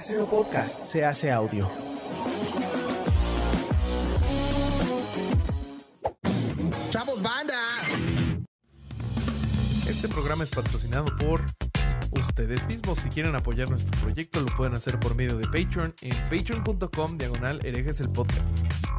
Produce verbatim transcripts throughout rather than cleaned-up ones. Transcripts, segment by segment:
Casero Podcast se hace audio. ¡Chavos, banda! Este programa es patrocinado por ustedes mismos. Si quieren apoyar nuestro proyecto, lo pueden hacer por medio de Patreon en patreon.com diagonal herejes el podcast.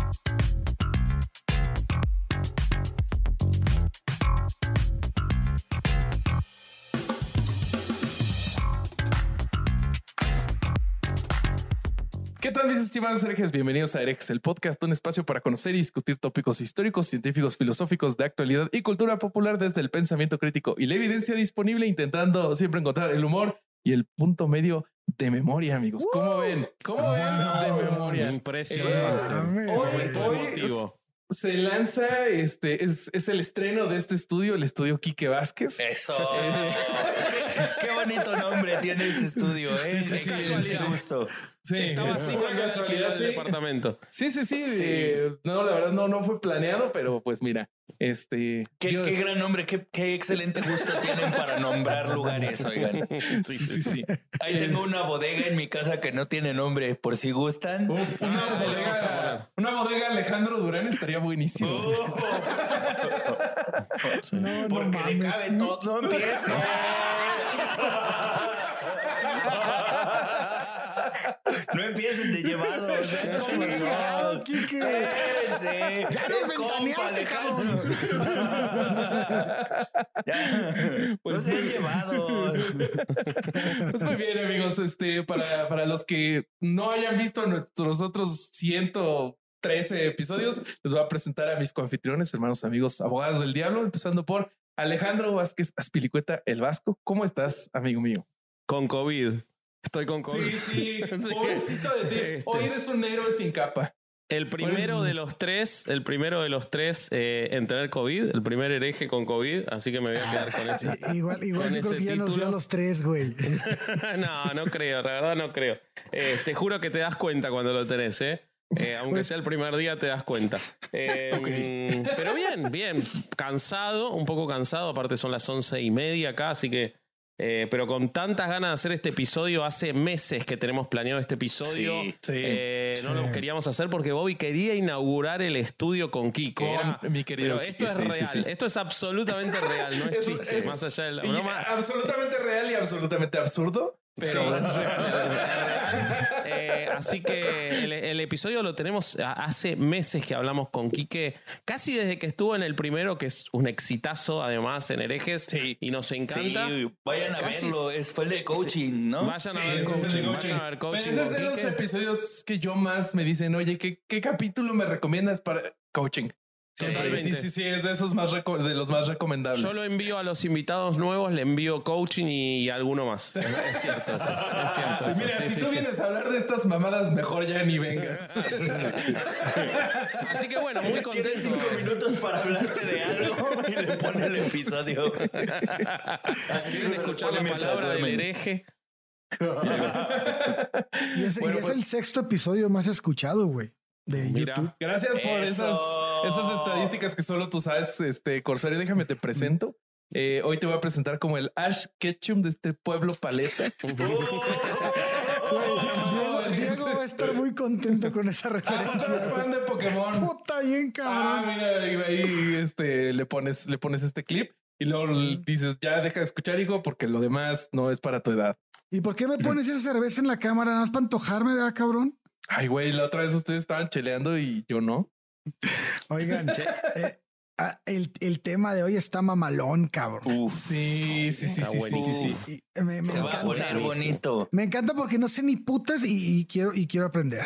¿Qué tal, mis estimados herejes? Bienvenidos a Herejes, el podcast, un espacio para conocer y discutir tópicos históricos, científicos, filosóficos, de actualidad y cultura popular desde el pensamiento crítico y la evidencia disponible, intentando siempre encontrar el humor y el punto medio de memoria, amigos. ¿Cómo ven? ¿Cómo ven de memoria? Impresionante. Eh, hoy, hoy se lanza, este es, es el estreno de este estudio, el estudio Quique Vázquez. Eso. Qué bonito nombre tiene este estudio, ¿eh? Sí, sí, Qué sí, sí. gusto. Sí, Estaba es cinco una años aquí en casualidad, el sí. departamento. Sí, sí, sí. Sí. eh, no, la verdad no, no fue planeado, pero pues mira, este. Qué, yo- qué gran nombre, qué, qué excelente gusto tienen para nombrar lugares, oigan. Sí, sí, sí. Ahí tengo una bodega en mi casa que no tiene nombre, por si gustan. Uf, una Ah, ya vamos a bodega, hablar. una bodega Alejandro Durán estaría buenísimo. No, no Porque le mames. cabe todo. No empieces. No empiecen de llevados. ¿eh? Sí, ¿Cómo son? claro, Quique. Espérense. Ya nos Es compa, ventaneaste, Alejandro. Ya. Pues No sean muy- llevados. Pues muy bien, amigos. Este, para, para los que no hayan visto nuestros otros ciento trece episodios, les voy a presentar a mis coanfitriones, hermanos, amigos, abogados del diablo, empezando por Alejandro Vázquez Aspilicueta, el Vasco. ¿Cómo estás, amigo mío? Con COVID. Estoy con COVID. Sí, sí, Así que, pobrecito de ti. este, Hoy eres un héroe sin capa. El primero Pues- de los tres, el primero de los tres eh, en tener COVID, el primer hereje con COVID, así que me voy a quedar con ese. Igual, igual con yo creo ese que ya nos dio a título. los tres, güey. No, no creo, la verdad no creo. Eh, te juro que te das cuenta cuando lo tenés, ¿eh? Eh, aunque Pues- sea el primer día, te das cuenta. Eh, Pero bien, bien. Cansado, un poco cansado. Aparte son las once y media acá, así que... eh, pero con tantas ganas de hacer este episodio, hace meses que tenemos planeado este episodio. Sí, sí. Eh, Sí. No lo queríamos hacer porque Bobby quería inaugurar el estudio con Kike. Con Era- mi querido pero esto Quique, es sí, real. sí, sí. Esto es absolutamente real, no es Eso chiste. es- Más allá de la y broma. absolutamente real y absolutamente absurdo. Pero Sí, es real. Eh, así que el, el episodio lo tenemos a- hace meses que hablamos con Quique, casi desde que estuvo en el primero, que es un exitazo además en Herejes, Sí. y nos encanta. Sí, vayan a Casi- verlo. Es, fue el de coaching, ¿no? Vayan a Sí, ver ese es el de coaching, coaching. vayan a ver coaching. Pero ese es con de los Quique. episodios que yo más me dicen, oye, ¿qué, qué capítulo me recomiendas para coaching? Siempre, sí, Totalmente. sí, sí, es de esos más reco- de los más recomendables. Yo lo envío a los invitados nuevos, le envío coaching y, y alguno más. Es, es cierto, eso, es cierto. Pues eso, mira, sí, si sí, tú sí. vienes a hablar de estas mamadas, mejor ya ni vengas. Así que bueno, muy Tienes contento. cinco minutos para hablarte de algo y le pone el episodio. Así ¿Quieren escuchar la palabra del hereje? Y es, y Bueno, es pues- el sexto episodio más escuchado, güey, de Mira. YouTube. Gracias por Eso. esas, esas estadísticas que solo tú sabes, este Corsario. Déjame te presento. Eh, hoy te voy a presentar como el Ash Ketchum de este pueblo paleta. Diego, Diego va a estar muy contento con esa Es referencia. fan de Pokémon. Puta, bien Ah, cabrón. mira, ahí, ahí, este, le pones, le pones este clip y luego le dices, ya deja de escuchar, hijo, porque lo demás no es para tu edad. ¿Y por qué me pones esa cerveza en la cámara? ¿Nada más para antojarme, verdad, cabrón? Ay, güey, la otra vez ustedes estaban cheleando y yo no. Oigan, eh, ah, el, el tema de hoy está mamalón, cabrón. Uf, Sí, sí, sí, Está sí, sí, buenísimo. sí, sí. Y me, me se va a encanta. poner bonito. Me encanta porque no sé ni putas y, y quiero y quiero aprender.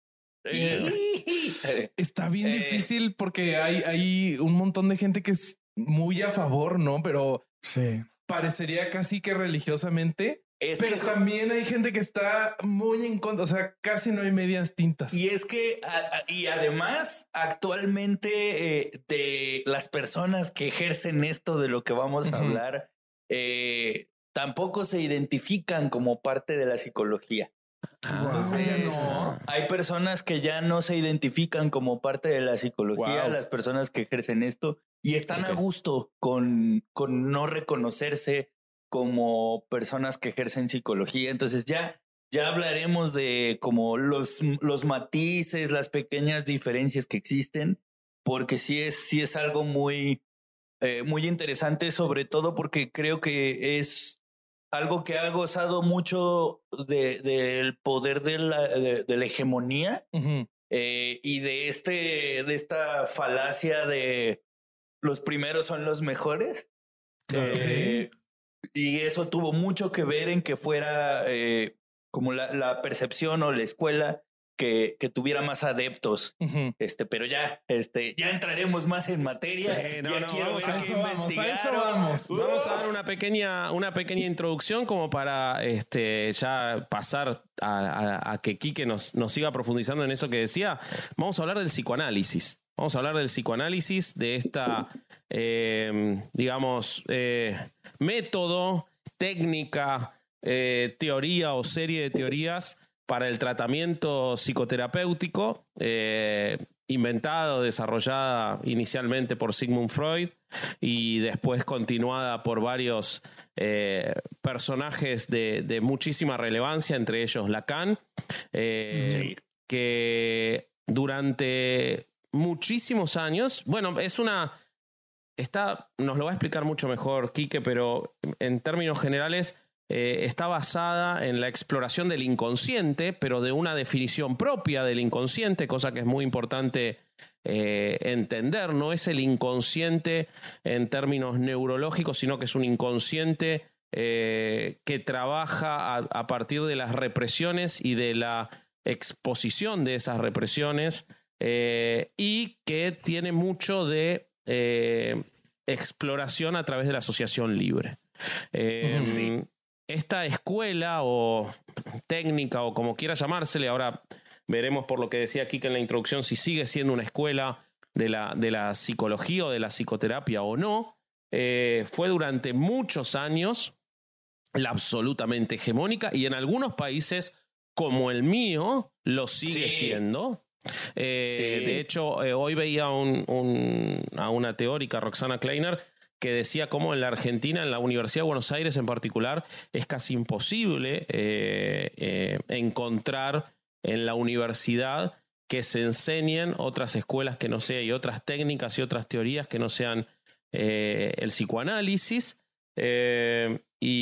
Eh, está bien Eh. difícil porque hay, hay un montón de gente que es muy a favor, ¿no? Pero Sí. parecería casi que religiosamente. Es Pero que también hay gente que está muy en contra. O sea, casi no hay medias tintas. Y es que, a- a- y además, actualmente eh, de las personas que ejercen esto de lo que vamos a Ujú. hablar, eh, tampoco se identifican como parte de la psicología. Guau. Entonces, no. hay personas que ya no se identifican como parte de la psicología, Wow. las personas que ejercen esto, y están Ok. a gusto con, con no reconocerse como personas que ejercen psicología. Entonces ya, ya hablaremos de como los, los matices, las pequeñas diferencias que existen, porque sí es, sí es algo muy, eh, muy interesante, sobre todo porque creo que es algo que ha gozado mucho de, del poder de la, de, de la hegemonía uh-huh. eh, y de, este, de esta falacia de los primeros son los mejores. Claro, eh, sí. Y eso tuvo mucho que ver en que fuera eh, como la, la percepción o la escuela que, que tuviera más adeptos. Uh-huh. Este, pero ya, este, ya entraremos más en materia. Sí, no, ya no, quiero vamos ver a qué eso vamos, a eso vamos. Vamos a dar una pequeña, una pequeña introducción como para este, ya pasar a, a, a que Quique nos, nos siga profundizando en eso que decía. Vamos a hablar del psicoanálisis. Vamos a hablar del psicoanálisis, de esta, eh, digamos, eh, método, técnica, eh, teoría o serie de teorías para el tratamiento psicoterapéutico, eh, inventada o desarrollada inicialmente por Sigmund Freud y después continuada por varios eh, personajes de, de muchísima relevancia, entre ellos Lacan, eh, sí. que durante muchísimos años, bueno, es una... Está, nos lo va a explicar mucho mejor Quique, pero en términos generales eh, está basada en la exploración del inconsciente, pero de una definición propia del inconsciente, cosa que es muy importante eh, entender. No es el inconsciente en términos neurológicos, sino que es un inconsciente eh, que trabaja a, a partir de las represiones y de la exposición de esas represiones eh, y que tiene mucho de Eh, exploración a través de la asociación libre. Eh, sí. Esta escuela o técnica o como quiera llamársele, ahora veremos por lo que decía Kike en la introducción si sigue siendo una escuela de la, de la psicología o de la psicoterapia o no, eh, fue durante muchos años la absolutamente hegemónica y en algunos países como el mío lo sigue sí. siendo. Eh, sí. De hecho, eh, hoy veía un, un, a una teórica, Roxana Kleiner, que decía cómo en la Argentina, en la Universidad de Buenos Aires en particular, es casi imposible eh, eh, encontrar en la universidad que se enseñen otras escuelas que no sean, y otras técnicas y otras teorías que no sean eh, el psicoanálisis, eh,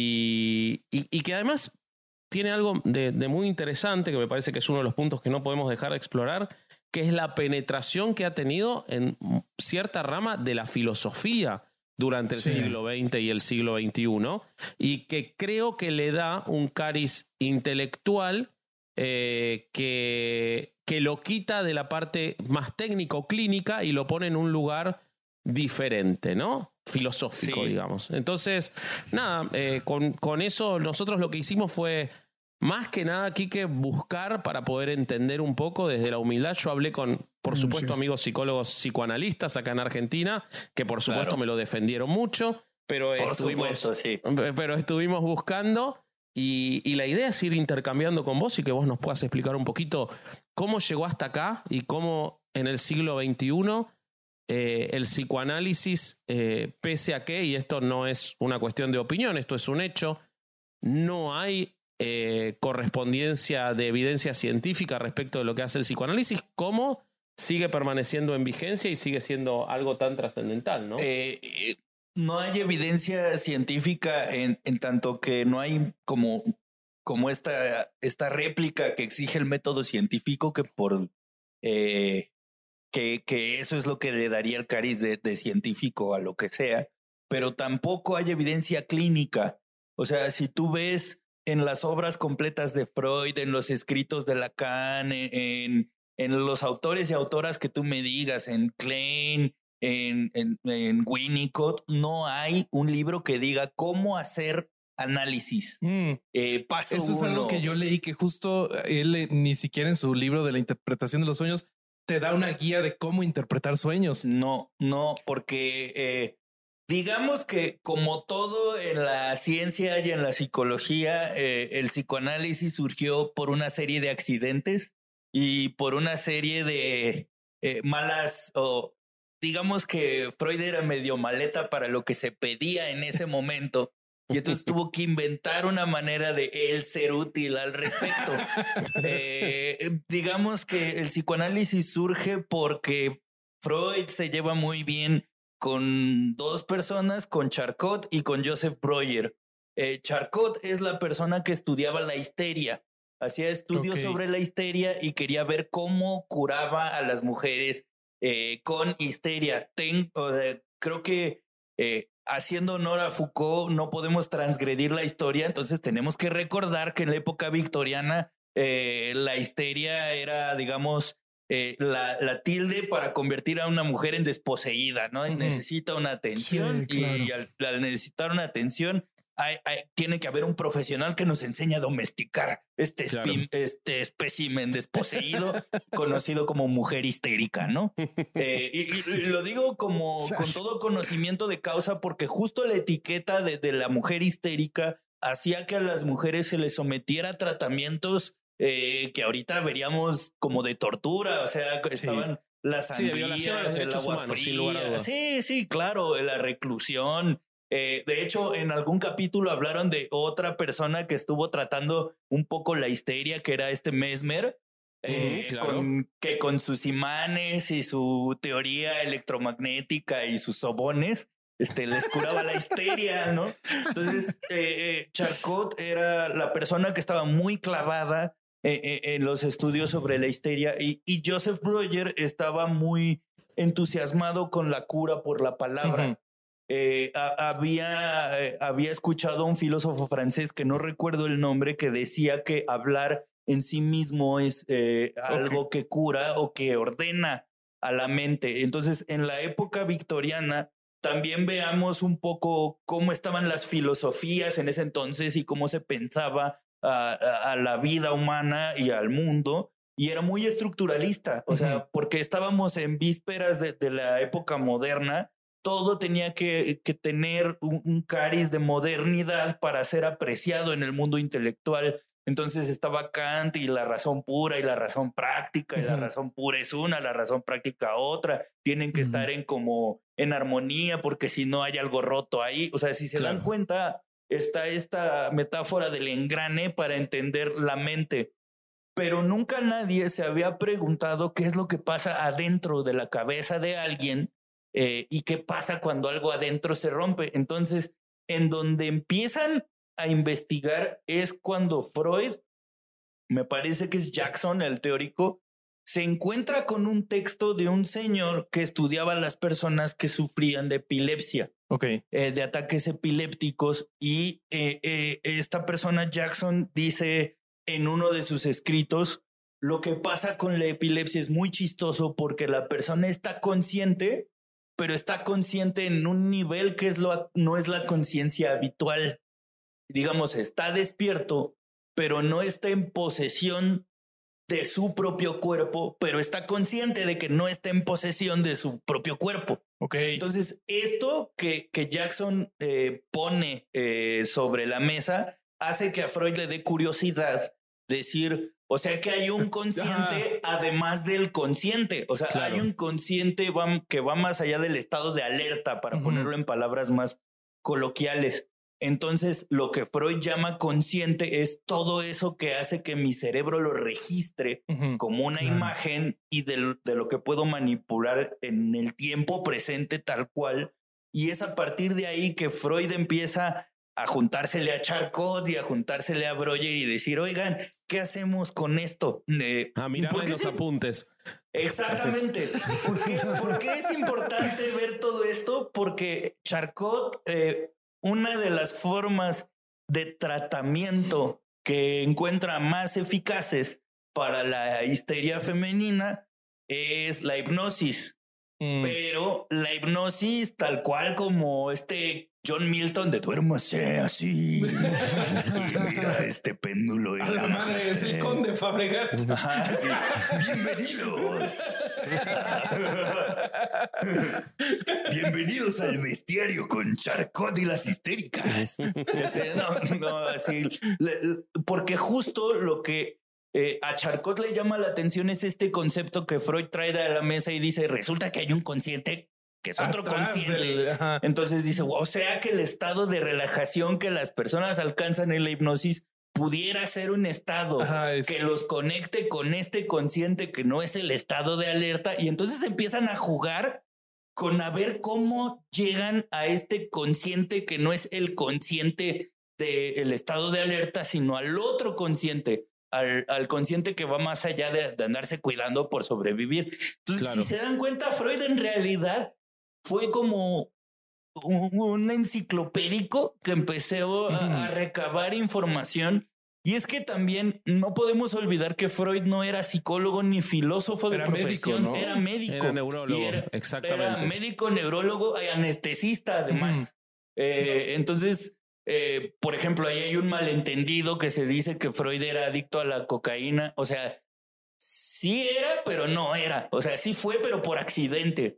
y, y, y que además tiene algo de, de muy interesante, que me parece que es uno de los puntos que no podemos dejar de explorar, que es la penetración que ha tenido en cierta rama de la filosofía durante el sí. siglo veinte y el siglo veintiuno, y que creo que le da un cariz intelectual eh, que, que lo quita de la parte más técnico-clínica y lo pone en un lugar diferente, ¿no? Filosófico, sí. digamos. Entonces, nada, eh, con, con eso nosotros lo que hicimos fue, más que nada, Quique, buscar para poder entender un poco desde la humildad. Yo hablé con, por supuesto, sí. amigos psicólogos psicoanalistas acá en Argentina, que por supuesto claro. me lo defendieron mucho, pero, por estuvimos, supuesto, sí. pero estuvimos buscando y, y la idea es ir intercambiando con vos y que vos nos puedas explicar un poquito cómo llegó hasta acá y cómo en el siglo veintiuno Eh, el psicoanálisis, eh, pese a que, y esto no es una cuestión de opinión, esto es un hecho, no hay eh, correspondencia de evidencia científica respecto de lo que hace el psicoanálisis, cómo sigue permaneciendo en vigencia y sigue siendo algo tan trascendental, ¿no? Eh, no hay evidencia científica en, en tanto que no hay como, como esta, esta réplica que exige el método científico que por... Eh, Que, que eso es lo que le daría el cariz de, de científico a lo que sea, pero tampoco hay evidencia clínica. O sea, si tú ves en las obras completas de Freud, en los escritos de Lacan, en, en los autores y autoras que tú me digas, en Klein, en, en, en Winnicott, no hay un libro que diga cómo hacer análisis. Mm. Eh, paso Eso uno. es algo que yo leí, que justo él ni siquiera en su libro de la interpretación de los sueños te da una guía de cómo interpretar sueños. No, no, porque eh, digamos que como todo en la ciencia y en la psicología, eh, el psicoanálisis surgió por una serie de accidentes y por una serie de eh, malas, o digamos que Freud era medio maleta para lo que se pedía en ese momento. y entonces tuvo que inventar una manera de él ser útil al respecto. eh, digamos que el psicoanálisis surge porque Freud se lleva muy bien con dos personas, con Charcot y con Joseph Breuer. Eh, Charcot es la persona que estudiaba la histeria, hacía estudios Ok. sobre la histeria y quería ver cómo curaba a las mujeres eh, con histeria. Ten, o sea, creo que eh, haciendo honor a Foucault no podemos transgredir la historia, entonces tenemos que recordar que en la época victoriana eh, la histeria era, digamos, eh, la, la tilde para convertir a una mujer en desposeída, ¿no? Ujú. Necesita una atención Sí, claro. y al, al necesitar una atención hay, hay, tiene que haber un profesional que nos enseñe a domesticar este, Claro. espi- este espécimen desposeído conocido como mujer histérica, ¿no? Eh, y, y- y lo digo como con todo conocimiento de causa porque justo la etiqueta de, de la mujer histérica hacía que a las mujeres se les sometiera a tratamientos eh, que ahorita veríamos como de tortura, o sea, que estaban las Sí, de violación a los sangrías, el derechos agua humanos, sin lugar a fría. dudas. Sí, sí, claro, la reclusión. Eh, de hecho, en algún capítulo hablaron de otra persona que estuvo tratando un poco la histeria, que era este Mesmer, eh, Ujú, claro. con, que con sus imanes y su teoría electromagnética y sus sobones, este, les curaba la histeria, ¿no? Entonces, eh, eh, Charcot era la persona que estaba muy clavada eh, eh, en los estudios sobre la histeria y, y Joseph Breuer estaba muy entusiasmado con la cura por la palabra. Ujú. Eh, a- había, eh, había escuchado a un filósofo francés que no recuerdo el nombre que decía que hablar en sí mismo es eh, algo que cura o que ordena a la mente. Entonces, en la época victoriana, también veamos un poco cómo estaban las filosofías en ese entonces y cómo se pensaba a, a- a la vida humana y al mundo. Y era muy estructuralista, o sea, Ujú. porque estábamos en vísperas de, de la época moderna, todo tenía que, que tener un, un cariz de modernidad para ser apreciado en el mundo intelectual. Entonces estaba Kant y la razón pura y la razón práctica, y la Ujú. razón pura es una, la razón práctica otra. Tienen que Ujú. estar en como en armonía porque si no hay algo roto ahí. O sea, si se Claro. dan cuenta, está esta metáfora del engrane para entender la mente. Pero nunca nadie se había preguntado qué es lo que pasa adentro de la cabeza de alguien eh, y qué pasa cuando algo adentro se rompe. Entonces, en donde empiezan a investigar es cuando Freud, me parece que es Jackson, el teórico, se encuentra con un texto de un señor que estudiaba a las personas que sufrían de epilepsia, Ok. eh, de ataques epilépticos, y eh, eh, esta persona, Jackson, dice en uno de sus escritos, lo que pasa con la epilepsia es muy chistoso porque la persona está consciente, pero está consciente en un nivel que es lo, no es la conciencia habitual. Digamos, está despierto, pero no está en posesión de su propio cuerpo, pero está consciente de que no está en posesión de su propio cuerpo. Ok. Entonces, esto que, que Jackson eh, pone eh, sobre la mesa hace que a Freud le dé curiosidad decir, o sea que hay un consciente además del consciente, o sea, Claro. hay un consciente va- que va más allá del estado de alerta, para Ujú. ponerlo en palabras más coloquiales. Entonces, lo que Freud llama consciente es todo eso que hace que mi cerebro lo registre Ujú. como una Claro. imagen y de, de lo que puedo manipular en el tiempo presente tal cual. Y es a partir de ahí que Freud empieza a juntársele a Charcot y a juntársele a Breuer y decir, oigan, ¿qué hacemos con esto? Eh, A mirarle ¿por qué los se- apuntes. Exactamente. ¿Por qué, por qué es importante ver todo esto? Porque Charcot, eh, una de las formas de tratamiento que encuentra más eficaces para la histeria femenina es la hipnosis. Mm. Pero la hipnosis, tal cual como este John Milton de duérmase así y mira este péndulo y A la madre, es el conde Fabregat. Ajá, sí. Bienvenidos. Bienvenidos al bestiario con Charcot y las histéricas. Este, no, no, así. le- Porque justo lo que eh, a Charcot le llama la atención es este concepto que Freud trae a la mesa y dice, resulta que hay un consciente que es otro Atrás consciente. del- ajá. Entonces dice, o sea que el estado de relajación que las personas alcanzan en la hipnosis pudiera ser un estado Ajá, es- que los conecte con este consciente que no es el estado de alerta, y entonces empiezan a jugar con a ver cómo llegan a este consciente que no es el consciente del estado de alerta, sino al otro consciente, al, al consciente que va más allá de, de andarse cuidando por sobrevivir. Entonces, Claro. si se dan cuenta, Freud en realidad fue como un, un enciclopédico que empezó a, a recabar información. Y es que también no podemos olvidar que Freud no era psicólogo ni filósofo de Era médico, profesión, ¿no? era médico. Era neurólogo, Y era, exactamente. Era médico, neurólogo y anestesista, además. Eh, entonces, eh, por ejemplo, ahí hay un malentendido que se dice que Freud era adicto a la cocaína. O sea, sí era, pero no era. O sea, sí fue, pero por accidente.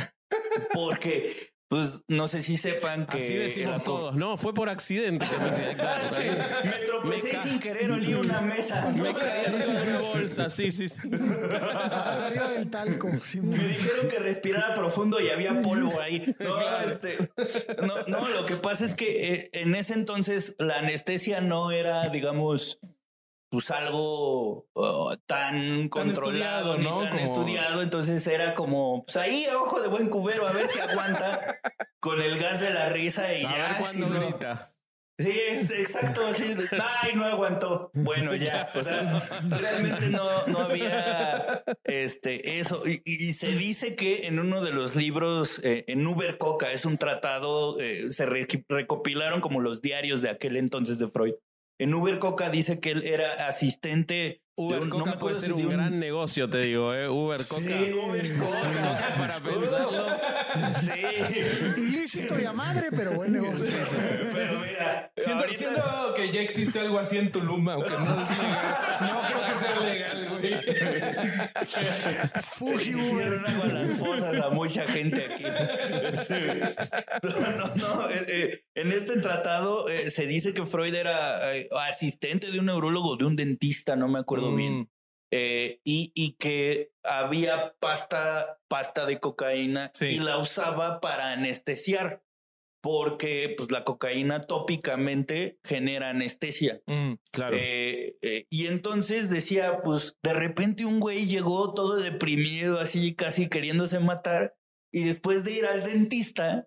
Porque, pues, no sé si sepan que... Así decimos la co- todos. No, fue por accidente que me hice. Claro, Sí, me tropecé Me ca- sin querer, olí una mesa. Me caí arriba de una bolsa, sí, sí, sí. Arriba del talco. Sí, Me dijeron que respirara profundo y había polvo ahí. No, este, no, no, lo que pasa es que eh, en ese entonces la anestesia no era, digamos, pues algo uh, tan controlado, estudiado, ni ¿no? tan Como- estudiado. Entonces era como, pues ahí a ojo de buen cubero, a ver si aguanta con el gas de la risa y A ya. ver si cuándo no- grita. Sí, es exacto. Así, ay, no aguantó. Bueno, ya. O sea, realmente no, no había este, eso. Y, y se dice que en uno de los libros, eh, en Uber Coca, es un tratado, eh, se re- recopilaron como los diarios de aquel entonces de Freud. En Uber Coca dice que él era asistente. de Uber un- no me Coca acuerdo puede si ser de un gran negocio, te digo, ¿eh? Uber Coca. Sí, Uber Coca. Para pensarlo. Sí. ilícito de a madre, pero buen negocio. Pero mira, Siento, ahorita- siento que ya existe algo así en Tulum, aunque no es legal. No creo que sea legal, güey. Se Fuji les hicieron agua a las fosas a mucha gente aquí. No, no, no. eh, eh, en este tratado eh, se dice que Freud era eh, asistente de un neurólogo, de un dentista, no me acuerdo Mm. bien. Eh, y, y que había pasta, pasta de cocaína Sí. y la usaba para anestesiar, porque pues la cocaína tópicamente genera anestesia. Mm. Claro. Eh, eh, y entonces decía, pues de repente un güey llegó todo deprimido, así casi queriéndose matar, y después de ir al dentista,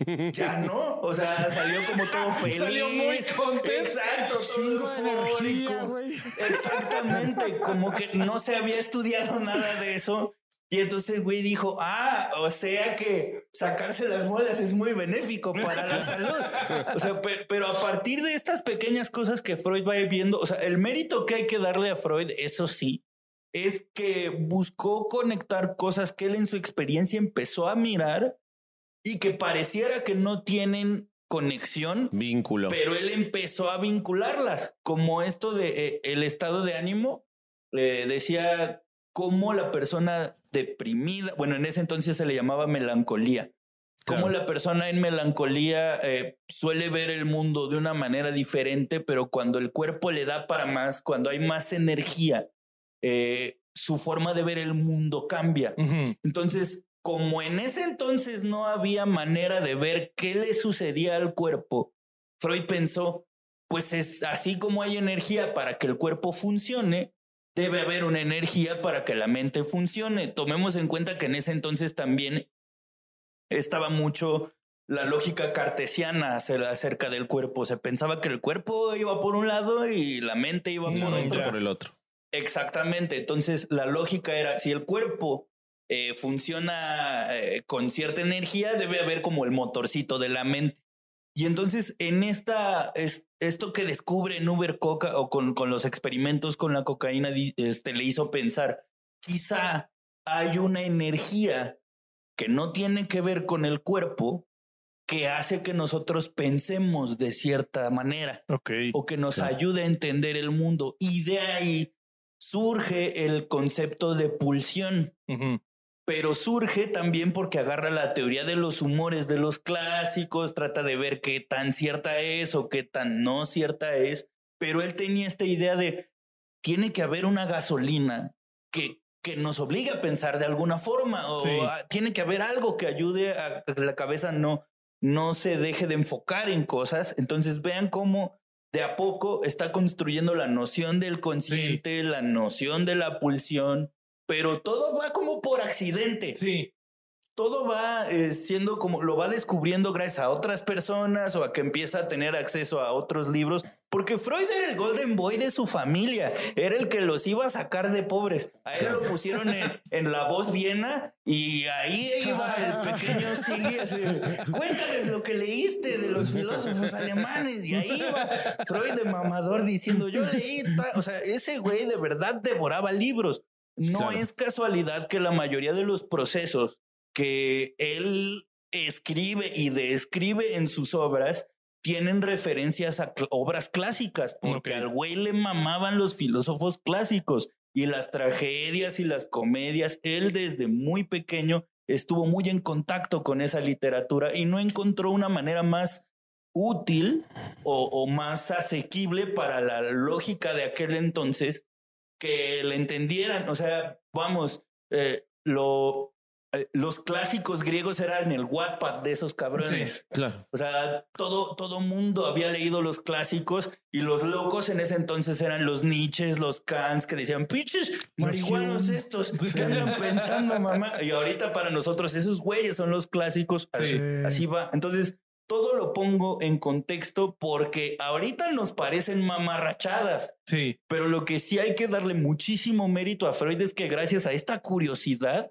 ya no, o sea, salió como todo feliz. Salió muy contento. Exacto, todo Chingo de energía, eufórico. güey. Exactamente, como que no se había estudiado nada de eso. Y entonces el güey dijo, ah, o sea que sacarse las muelas es muy benéfico para la salud. O sea, pe- pero a partir de estas pequeñas cosas que Freud va viendo, o sea, el mérito que hay que darle a Freud, eso sí, es que buscó conectar cosas que él en su experiencia empezó a mirar y que pareciera que no tienen conexión, Vínculo. pero él empezó a vincularlas, como esto de eh, el estado de ánimo. Eh, decía cómo la persona deprimida, bueno, en ese entonces se le llamaba melancolía, cómo Claro. la persona en melancolía eh, suele ver el mundo de una manera diferente, pero cuando el cuerpo le da para más, cuando hay más energía, eh, su forma de ver el mundo cambia. Ujú. Entonces, como en ese entonces no había manera de ver qué le sucedía al cuerpo, Freud pensó, pues es así como hay energía para que el cuerpo funcione, debe haber una energía para que la mente funcione. Tomemos en cuenta que en ese entonces también estaba mucho la lógica cartesiana acerca del cuerpo. Se pensaba que el cuerpo iba por un lado y la mente iba Y la por mente otro. por el otro. Exactamente. Entonces la lógica era, si el cuerpo eh, funciona eh, con cierta energía, debe haber como el motorcito de la mente. Y entonces en esta, es, esto que descubre en Uber Coca o con, con los experimentos con la cocaína, di- este, le hizo pensar, quizá hay una energía que no tiene que ver con el cuerpo, que hace que nosotros pensemos de cierta manera Ok. o que nos Claro. ayude a entender el mundo. Y de ahí surge el concepto de pulsión, Ujú. pero surge también porque agarra la teoría de los humores de los clásicos, trata de ver qué tan cierta es o qué tan no cierta es, pero él tenía esta idea de tiene que haber una gasolina que que nos obligue a pensar de alguna forma, o Sí. a, tiene que haber algo que ayude a que la cabeza no, no se deje de enfocar en cosas. Entonces vean cómo de a poco está construyendo la noción del consciente, sí. la noción de la pulsión, pero todo va como por accidente. Sí. Todo va eh, siendo como lo va descubriendo gracias a otras personas o a que empieza a tener acceso a otros libros, porque Freud era el golden boy de su familia, era el que los iba a sacar de pobres. A él lo pusieron en, en La Voz Viena y ahí iba el pequeño Siggy así, cuéntales lo que leíste de los filósofos alemanes, y ahí iba Freud de mamador diciendo yo leí, o sea, ese güey de verdad devoraba libros. No claro. es casualidad que la mayoría de los procesos que él escribe y describe en sus obras tienen referencias a cl- obras clásicas, porque okay. al güey le mamaban los filósofos clásicos y las tragedias y las comedias. Él desde muy pequeño estuvo muy en contacto con esa literatura y no encontró una manera más útil o, o más asequible para la lógica de aquel entonces que le entendieran. O sea, vamos, eh, lo... los clásicos griegos eran el Wattpad de esos cabrones. Sí, claro. O sea, todo, todo mundo había leído los clásicos y los locos en ese entonces eran los Nietzsches, los Kants, que decían, pinches marihuanos estos, ¿qué andan pensando, mamá? Y ahorita para nosotros esos güeyes son los clásicos. Así, sí. así va. Entonces, todo lo pongo en contexto porque ahorita nos parecen mamarrachadas. Sí. Pero lo que sí hay que darle muchísimo mérito a Freud es que gracias a esta curiosidad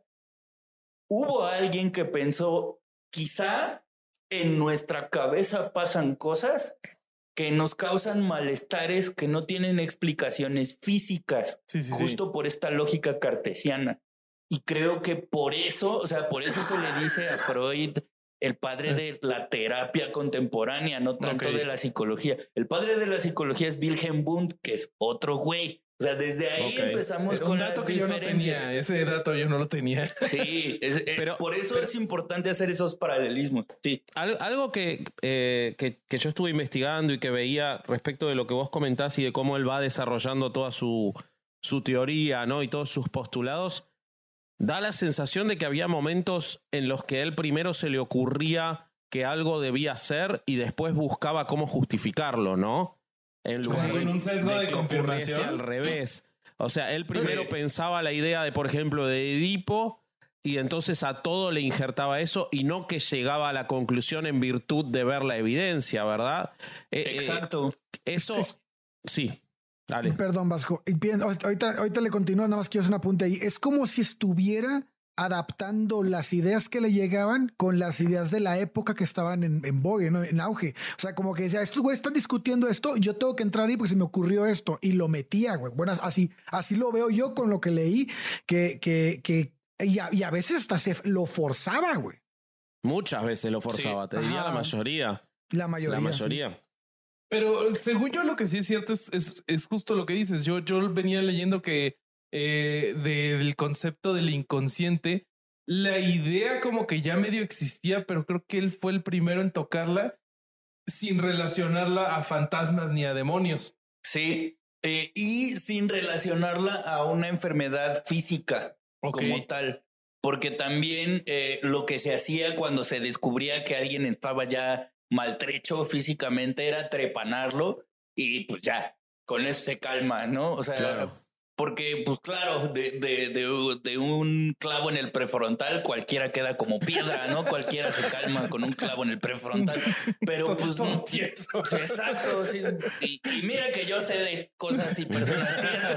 hubo alguien que pensó, quizá en nuestra cabeza pasan cosas que nos causan malestares que no tienen explicaciones físicas, sí, sí, justo sí. por esta lógica cartesiana. Y creo que por eso, o sea, por eso se le dice a Freud el padre de la terapia contemporánea, no tanto okay. de la psicología. El padre de la psicología es Wilhelm Wundt, que es otro güey. O sea, desde ahí okay. empezamos un con dato las que yo no tenía. Ese dato yo no lo tenía. Sí, es, pero por eso pero, es importante hacer esos paralelismos. Sí. Algo que, eh, que, que yo estuve investigando y que veía respecto de lo que vos comentás y de cómo él va desarrollando toda su, su teoría, ¿no? Y todos sus postulados, da la sensación de que había momentos en los que él primero se le ocurría que algo debía ser y después buscaba cómo justificarlo, ¿no? En lugar con un sesgo de, de confirmación al revés. O sea, él primero sí. pensaba la idea de, por ejemplo, de Edipo y entonces a todo le injertaba eso y no que llegaba a la conclusión en virtud de ver la evidencia, ¿verdad? Exacto. Eh, eso, sí. Dale. Perdón, Vasco. Ahorita, ahorita le continúo, nada más quiero hacer un apunte ahí. Es como si estuviera adaptando las ideas que le llegaban con las ideas de la época que estaban en, en vogue, ¿no? En auge. O sea, como que decía, estos güeyes están discutiendo esto, yo tengo que entrar ahí porque se me ocurrió esto y lo metía, güey. Bueno, así, así lo veo yo con lo que leí, que, que, que y, a, y a veces hasta se lo forzaba, güey. Muchas veces lo forzaba, sí. te diría Ajá. la mayoría. La mayoría. La mayoría. Sí. Pero según yo lo que sí es cierto es, es, es justo lo que dices. Yo, yo venía leyendo que Eh, de, del concepto del inconsciente, la idea como que ya medio existía, pero creo que él fue el primero en tocarla sin relacionarla a fantasmas ni a demonios. Sí, eh, y sin relacionarla a una enfermedad física okay. como tal, porque también eh, lo que se hacía cuando se descubría que alguien estaba ya maltrecho físicamente era trepanarlo y pues ya, con eso se calma, ¿no? O sea... Claro. Porque, pues claro, de, de, de, de un clavo en el prefrontal cualquiera queda como piedra, ¿no? Cualquiera se calma con un clavo en el prefrontal. Pero pues no tieso. Exacto. Sí. Y, y mira que yo sé de cosas y personas tiesas.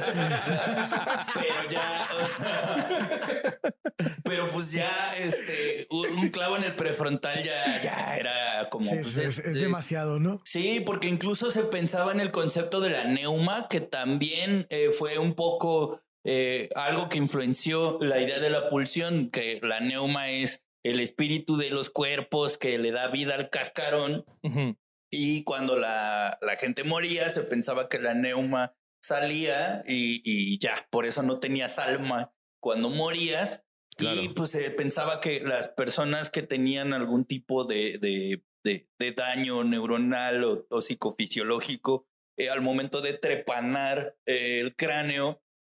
Pero ya, o sea, pero pues ya este un clavo en el prefrontal ya, ya era como... Sí, pues, es, es, es demasiado, ¿no? Sí, porque incluso se pensaba en el concepto de la neuma, que también eh, fue un poco eh, algo que influenció la idea de la pulsión, que la neuma es el espíritu de los cuerpos que le da vida al cascarón. Uh-huh. Y cuando la, la gente moría, se pensaba que la neuma salía y, y ya, por eso no tenías alma cuando morías. Claro. Y pues se pensaba que las personas que tenían algún tipo de, de, de, de daño neuronal o, o psicofisiológico, eh, al momento de trepanar eh, el cráneo,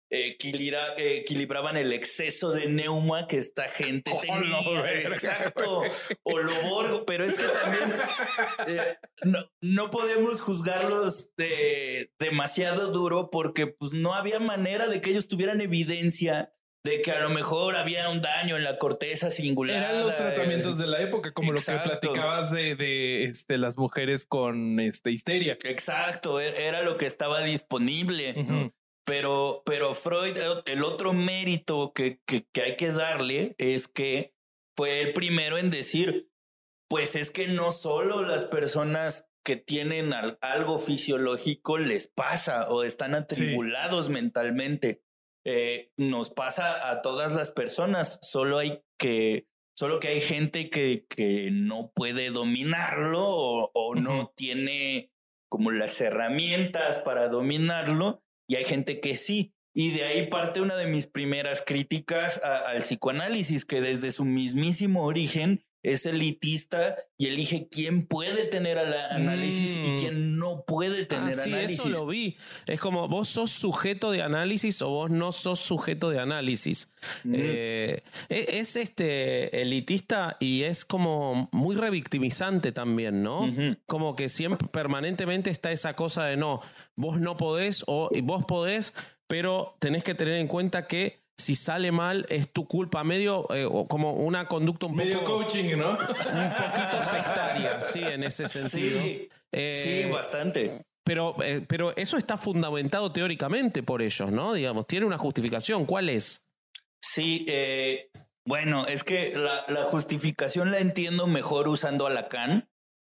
equilibra, equilibraban el exceso de neuma que esta gente Oh, tenía. lo verga, Exacto. güey. O lo borgo, pero es que también eh, no, no podemos juzgarlos de demasiado duro porque pues no había manera de que ellos tuvieran evidencia de que a lo mejor había un daño en la corteza cingulada. Eran los tratamientos de la época, como Exacto. lo que platicabas de, de este, las mujeres con este, histeria. Exacto, era lo que estaba disponible, Uh-huh. ¿no? Pero, pero Freud, el otro mérito que, que, que hay que darle es que fue el primero en decir, pues es que no solo las personas que tienen al, algo fisiológico les pasa o están atribulados sí. mentalmente. Eh, nos pasa a todas las personas, solo hay que, solo que hay gente que, que no puede dominarlo o, o uh-huh. no tiene como las herramientas para dominarlo. Y hay gente que sí. Y de ahí parte una de mis primeras críticas a, al psicoanálisis, que desde su mismísimo origen es elitista y elige quién puede tener al análisis mm. y quién no puede tener ah, sí, análisis. Eso lo vi. Es como vos sos sujeto de análisis o vos no sos sujeto de análisis. Mm. Eh, es, es este elitista y es como muy revictimizante también, ¿no? Uh-huh. Como que siempre permanentemente está esa cosa de no, vos no podés o vos podés, pero tenés que tener en cuenta que si sale mal es tu culpa, medio eh, como una conducta un medio poco... Medio coaching, ¿no? Un poquito sectaria, sí, en ese sentido. Sí, eh, sí bastante. Pero, eh, pero eso está fundamentado teóricamente por ellos, ¿no? Digamos, tiene una justificación. ¿Cuál es? Sí, eh, bueno, es que la, la justificación la entiendo mejor usando a Lacan,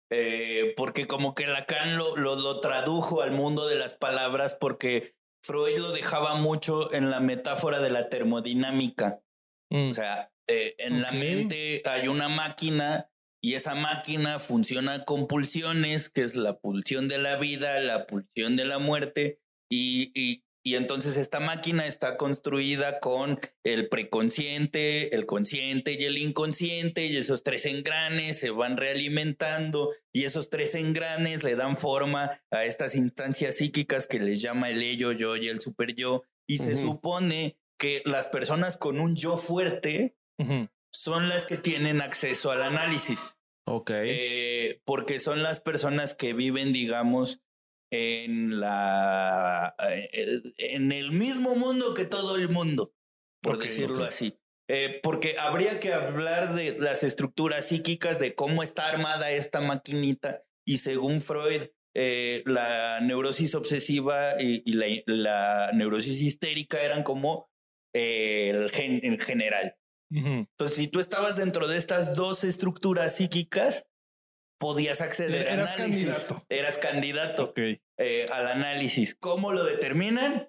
eh, porque como que Lacan lo, lo, lo tradujo al mundo de las palabras porque... Freud lo dejaba mucho en la metáfora de la termodinámica. Mm. O sea, eh, en okay. la mente hay una máquina y esa máquina funciona con pulsiones, que es la pulsión de la vida, la pulsión de la muerte. Y, y, y entonces esta máquina está construida con el preconsciente, el consciente y el inconsciente. Y esos tres engranes se van realimentando. Y esos tres engranes le dan forma a estas instancias psíquicas que les llama el ello, yo y el superyo. Y uh-huh. se supone que las personas con un yo fuerte uh-huh. son las que tienen acceso al análisis. Ok. Eh, porque son las personas que viven, digamos, en la en el mismo mundo que todo el mundo, por okay, decirlo okay. así. Eh, porque habría que hablar de las estructuras psíquicas, de cómo está armada esta maquinita, y según Freud, eh, la neurosis obsesiva y, y la, la neurosis histérica eran como eh, el, gen, el general. Uh-huh. Entonces, si tú estabas dentro de estas dos estructuras psíquicas, podías acceder al análisis. Candidato. Eras candidato okay. eh, al análisis. ¿Cómo lo determinan?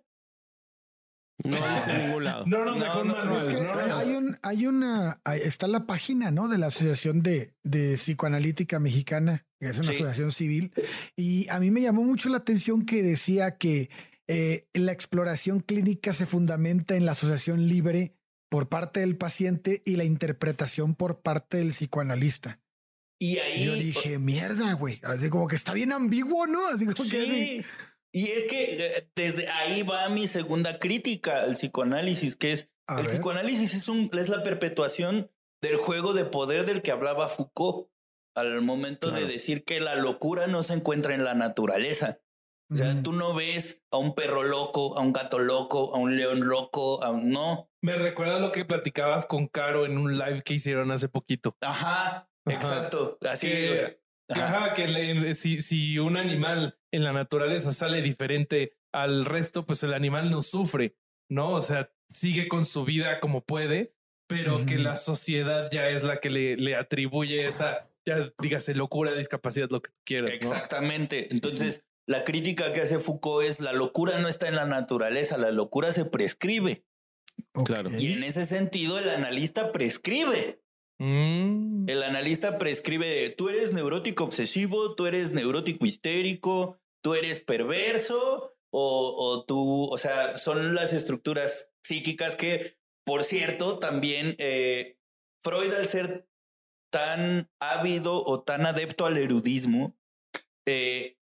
No dice en ningún lado. No nos dejó no, un no, es que no, no. Hay, un, hay una, está la página, ¿no? De la Asociación de, de Psicoanalítica Mexicana, que es una sí. asociación civil. Y a mí me llamó mucho la atención que decía que eh, la exploración clínica se fundamenta en la asociación libre por parte del paciente y la interpretación por parte del psicoanalista. Y ahí yo dije, mierda, güey. Así como que está bien ambiguo, ¿no? Así como sí. que así. Y es que desde ahí va mi segunda crítica al psicoanálisis, que es A el ver. psicoanálisis es, un, es la perpetuación del juego de poder del que hablaba Foucault al momento claro. de decir que la locura no se encuentra en la naturaleza. O sea, mm. tú no ves a un perro loco, a un gato loco, a un león loco, a un no. Me recuerda lo que platicabas con Caro en un live que hicieron hace poquito. Ajá, Ajá. exacto. Así que, o sea, ajá. Ajá, que le, si, si un animal en la naturaleza sale diferente al resto, pues el animal no sufre, ¿no? O sea, sigue con su vida como puede, pero mm. que la sociedad ya es la que le, le atribuye esa, ya dígase, locura, discapacidad, lo que quieras, ¿no? Exactamente. Entonces, sí. la crítica que hace Foucault es la locura no está en la naturaleza, la locura se prescribe. Okay. Claro. Y en ese sentido, el analista prescribe. Mm. El analista prescribe, tú eres neurótico obsesivo, tú eres neurótico histérico, tú eres perverso o, o tú, o sea, son las estructuras psíquicas que, por cierto, también eh, Freud, al ser tan ávido o tan adepto al erudismo, eh,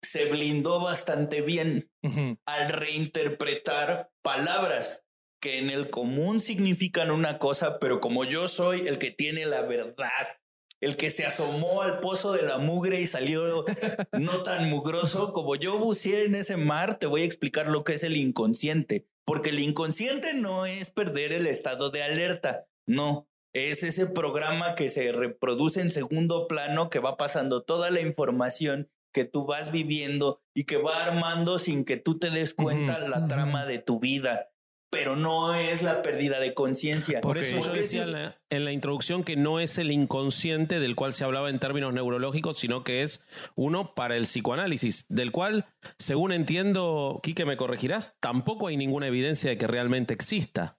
se blindó bastante bien uh-huh. al reinterpretar palabras que en el común significan una cosa, pero como yo soy el que tiene la verdad, el que se asomó al pozo de la mugre y salió no tan mugroso, como yo buceé en ese mar, te voy a explicar lo que es el inconsciente, porque el inconsciente no es perder el estado de alerta, no, es ese programa que se reproduce en segundo plano, que va pasando toda la información que tú vas viviendo y que va armando sin que tú te des cuenta uh-huh. la uh-huh. trama de tu vida. Pero no es la pérdida de conciencia. Por eso okay. yo decía en la, en la introducción que no es el inconsciente del cual se hablaba en términos neurológicos, sino que es uno para el psicoanálisis, del cual, según entiendo, Quique, me corregirás, tampoco hay ninguna evidencia de que realmente exista.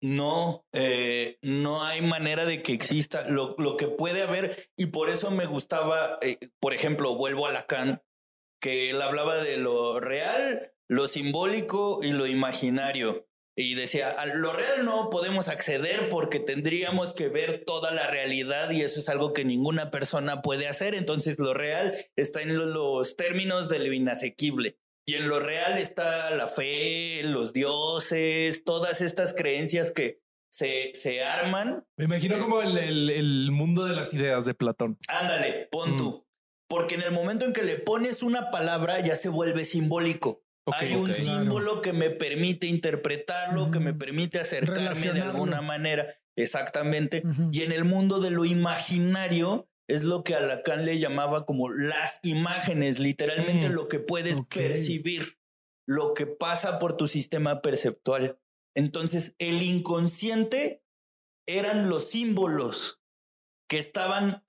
No, eh, no hay manera de que exista lo, lo que puede haber, y por eso me gustaba, eh, por ejemplo, vuelvo a Lacan, que él hablaba de lo real, lo simbólico y lo imaginario. Y decía, a lo real no podemos acceder porque tendríamos que ver toda la realidad y eso es algo que ninguna persona puede hacer. Entonces lo real está en los términos de lo inasequible. Y en lo real está la fe, los dioses, todas estas creencias que se, se arman. Me imagino como el, el, el mundo de las ideas de Platón. Ándale, pon mm. tú. Porque en el momento en que le pones una palabra ya se vuelve simbólico. Okay, Hay un okay. símbolo claro. que me permite interpretarlo, uh-huh. que me permite acercarme de alguna manera. Exactamente. Uh-huh. Y en el mundo de lo imaginario es lo que a Lacan le llamaba como las imágenes, literalmente uh-huh. lo que puedes okay. percibir, lo que pasa por tu sistema perceptual. Entonces, el inconsciente eran los símbolos que estaban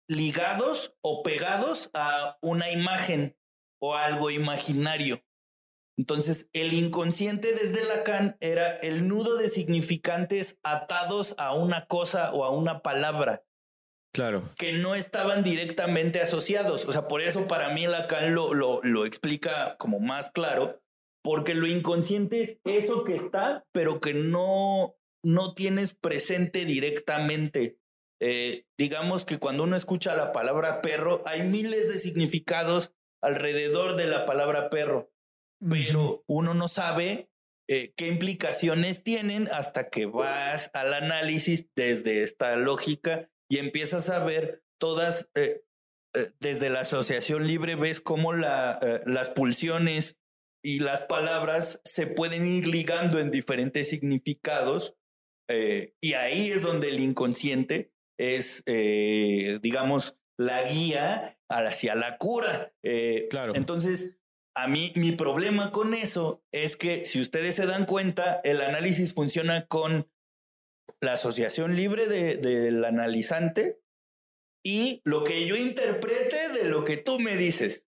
ligados o pegados a una imagen o a algo imaginario. Entonces, el inconsciente desde Lacan era el nudo de significantes atados a una cosa o a una palabra. Claro. Que no estaban directamente asociados. O sea, por eso para mí Lacan lo, lo, lo explica como más claro, porque lo inconsciente es eso que está, pero que no, no tienes presente directamente. Eh, digamos que cuando uno escucha la palabra perro, hay miles de significados alrededor de la palabra perro. Pero uno no sabe eh, qué implicaciones tienen hasta que vas al análisis desde esta lógica y empiezas a ver todas, eh, eh, desde la asociación libre, ves cómo la, eh, las pulsiones y las palabras se pueden ir ligando en diferentes significados eh, y ahí es donde el inconsciente es, eh, digamos, la guía hacia la cura. Eh, claro. Entonces... A mí, mi problema con eso es que, si ustedes se dan cuenta, el análisis funciona con la asociación libre de, del analizante y lo que yo interprete de lo que tú me dices.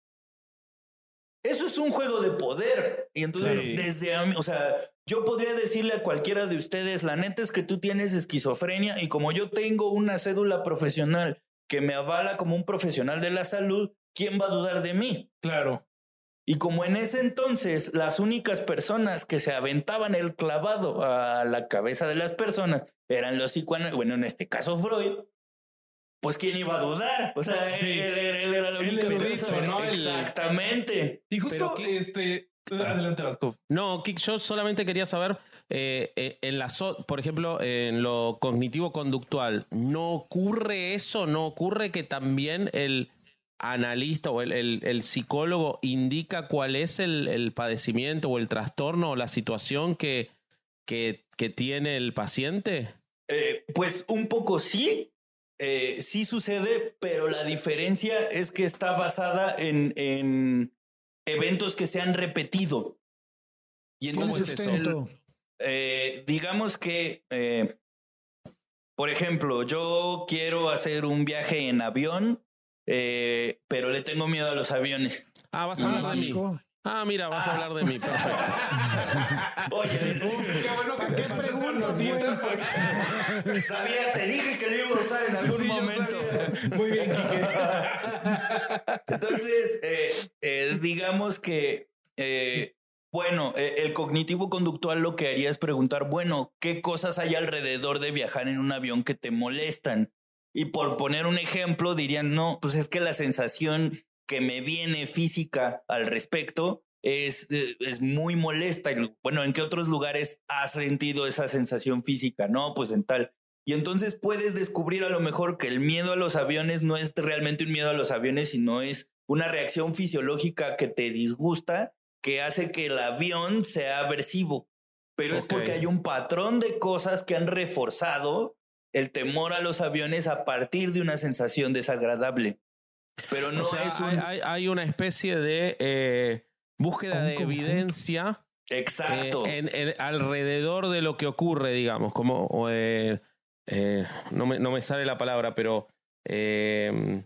Eso es un juego de poder. Y entonces, sí. desde a mí, o sea, yo podría decirle a cualquiera de ustedes, la neta es que tú tienes esquizofrenia y como yo tengo una cédula profesional que me avala como un profesional de la salud, ¿quién va a dudar de mí? Claro. Y como en ese entonces las únicas personas que se aventaban el clavado a la cabeza de las personas eran los psicoanalistas, bueno, en este caso Freud, pues ¿quién iba a dudar? O sea, sí. él, él, él era la única persona, ¿no? Exactamente. Y justo que, este... Adelante, Vasco. No, Kik, yo solamente quería saber, eh, eh, en la so, por ejemplo, en lo cognitivo-conductual, ¿no ocurre eso? ¿No ocurre que también el analista o el, el, el psicólogo indica cuál es el, el padecimiento o el trastorno o la situación que, que, que tiene el paciente? Eh, pues un poco sí, eh, sí sucede, pero la diferencia es que está basada en, en eventos que se han repetido. Y entonces, ¿cómo es eso? Eh, digamos que, eh, por ejemplo, yo quiero hacer un viaje en avión, Eh, pero le tengo miedo a los aviones. Ah, vas a hablar de mí. Ah, mira, vas ah. a hablar de mí. Perfecto. Oye, uf, qué bueno que ¿Qué te preguntas, güey? Sabía, te dije que lo iba a usar en algún sí, momento. Muy bien, Quique. Entonces, eh, eh, digamos que, eh, bueno, eh, el cognitivo conductual lo que haría es preguntar, bueno, ¿qué cosas hay alrededor de viajar en un avión que te molestan? Y por poner un ejemplo, dirían, no, pues es que la sensación que me viene física al respecto es, es muy molesta. Bueno, ¿en qué otros lugares has sentido esa sensación física? No, pues en tal. Y entonces puedes descubrir a lo mejor que el miedo a los aviones no es realmente un miedo a los aviones, sino es una reacción fisiológica que te disgusta, que hace que el avión sea aversivo. Pero okay. es porque hay un patrón de cosas que han reforzado el temor a los aviones a partir de una sensación desagradable. Pero no o sea, es un... hay, hay una especie de eh, búsqueda de conjunto. evidencia. Exacto. Eh, en, en, alrededor de lo que ocurre, digamos, como eh, eh, no, me, no me sale la palabra, pero eh,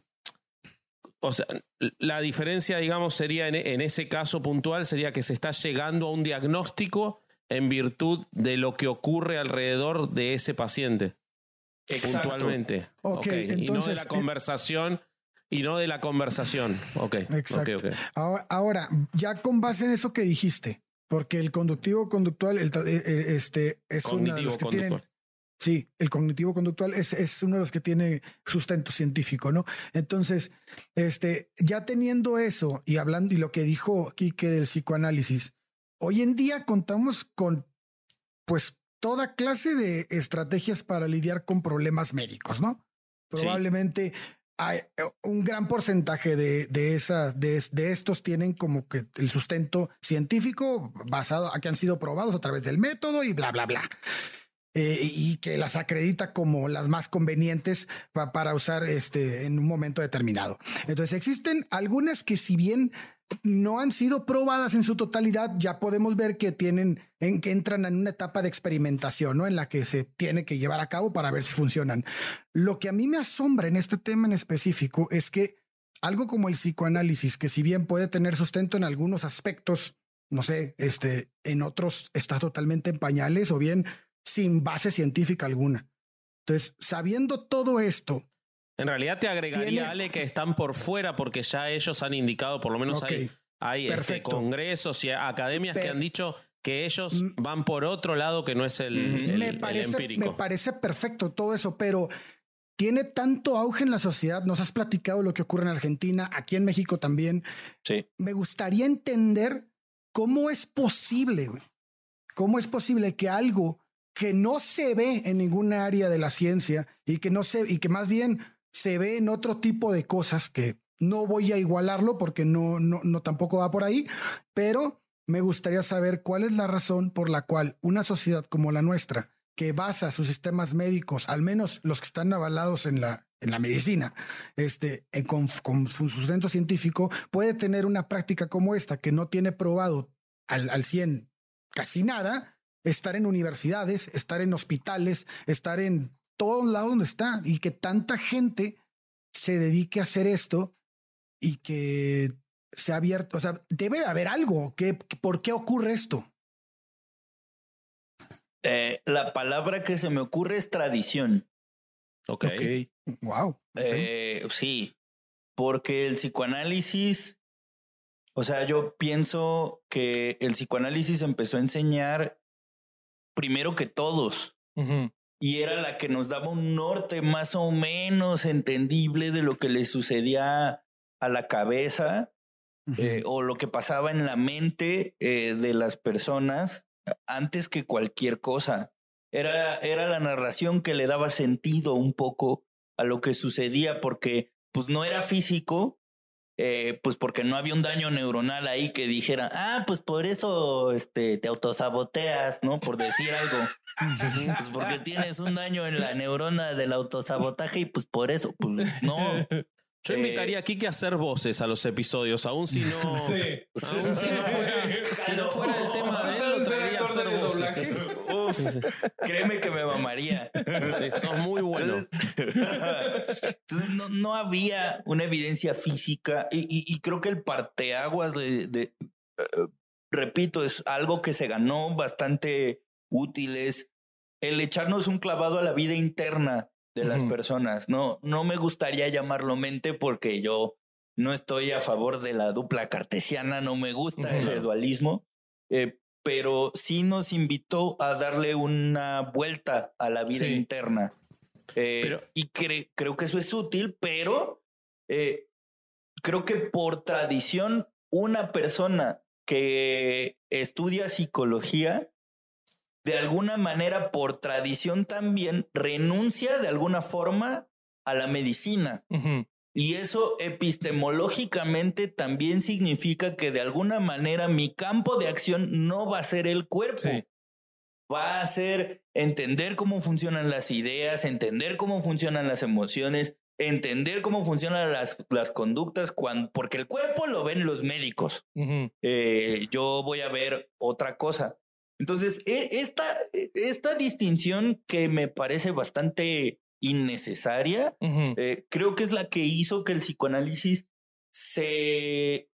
o sea, la diferencia, digamos, sería en, en ese caso puntual, sería que se está llegando a un diagnóstico en virtud de lo que ocurre alrededor de ese paciente. Exacto. Puntualmente. Okay, okay. Entonces, y no de la conversación. Y no de la conversación. Ok. Exacto. Okay, okay. Ahora, ahora, ya con base en eso que dijiste, porque el conductivo conductual, el, este, es uno de los que tienen. Sí, el cognitivo conductual es, es uno de los que tiene sustento científico, ¿no? Entonces, este, ya teniendo eso y hablando y lo que dijo Quique del psicoanálisis, hoy en día contamos con, pues, toda clase de estrategias para lidiar con problemas médicos, ¿no? Probablemente sí. hay un gran porcentaje de, de, esas, de, de estos tienen como que el sustento científico basado a que han sido probados a través del método y bla, bla, bla. Eh, y que las acredita como las más convenientes pa, para usar este, en un momento determinado. Entonces existen algunas que si bien no han sido probadas en su totalidad, ya podemos ver que tienen, en, que entran en una etapa de experimentación, ¿no? En la que se tiene que llevar a cabo para ver si funcionan. Lo que a mí me asombra en este tema en específico es que algo como el psicoanálisis, que si bien puede tener sustento en algunos aspectos, no sé, este, en otros está totalmente en pañales o bien sin base científica alguna. Entonces, sabiendo todo esto... En realidad te agregaría, tiene... Ale, que están por fuera porque ya ellos han indicado, por lo menos okay. hay, hay este, congresos y academias Pero... que han dicho que ellos van por otro lado que no es el, el, me parece, el empírico. Me parece perfecto todo eso, pero tiene tanto auge en la sociedad. Nos has platicado lo que ocurre en Argentina, aquí en México también. Sí. Me gustaría entender cómo es posible, güey. ¿Cómo es posible que algo que no se ve en ninguna área de la ciencia y que no se, y que más bien se ve en otro tipo de cosas, que no voy a igualarlo porque no, no, no tampoco va por ahí, pero me gustaría saber cuál es la razón por la cual una sociedad como la nuestra, que basa sus sistemas médicos, al menos los que están avalados en la, en la medicina, este, en, con, con sustento científico, puede tener una práctica como esta, que no tiene probado al, al cien casi nada, estar en universidades, estar en hospitales, estar en todos lados donde está, y que tanta gente se dedique a hacer esto y que se ha abierto. O sea, debe haber algo. Que, ¿Por qué ocurre esto? Eh, la palabra que se me ocurre es tradición. Ok. okay. Wow. Eh, okay. Sí, porque el psicoanálisis, o sea, yo pienso que el psicoanálisis empezó a enseñar primero que todos. Uh-huh. Y era la que nos daba un norte más o menos entendible de lo que le sucedía a la cabeza uh-huh. eh, o lo que pasaba en la mente eh, de las personas antes que cualquier cosa. Era, era la narración que le daba sentido un poco a lo que sucedía, porque pues no era físico, Eh, pues porque no había un daño neuronal ahí que dijera, ah, pues por eso este, te autosaboteas, ¿no? Por decir algo. Pues porque tienes un daño en la neurona del autosabotaje y pues por eso, pues no. Yo invitaría a Kike a hacer voces a los episodios, aún si no, sí, aún sí, si, sí, no fuera, si no fuera el tema de él, lo traería a hacer voces. Sí, sí, sí. Uf, sí, sí. Créeme que me mamaría. Sí, sos muy bueno. Entonces, entonces no, no había una evidencia física y, y, y creo que el parteaguas de, de uh, repito, es algo que se ganó bastante útiles, el echarnos un clavado a la vida interna de las uh-huh. personas. No, no me gustaría llamarlo mente porque yo no estoy a favor de la dupla cartesiana, no me gusta uh-huh. ese dualismo, eh, pero sí nos invitó a darle una vuelta a la vida sí. interna. Eh, pero, y cre- creo que eso es útil, pero eh, creo que por tradición, una persona que estudia psicología, de alguna manera, por tradición también, renuncia de alguna forma a la medicina. Uh-huh. Y eso epistemológicamente también significa que de alguna manera mi campo de acción no va a ser el cuerpo. Sí. Va a ser entender cómo funcionan las ideas, entender cómo funcionan las emociones, entender cómo funcionan las, las conductas, cuando, porque el cuerpo lo ven los médicos. Uh-huh. Eh, yo voy a ver otra cosa. Entonces, esta, esta distinción que me parece bastante innecesaria, uh-huh. eh, creo que es la que hizo que el psicoanálisis se,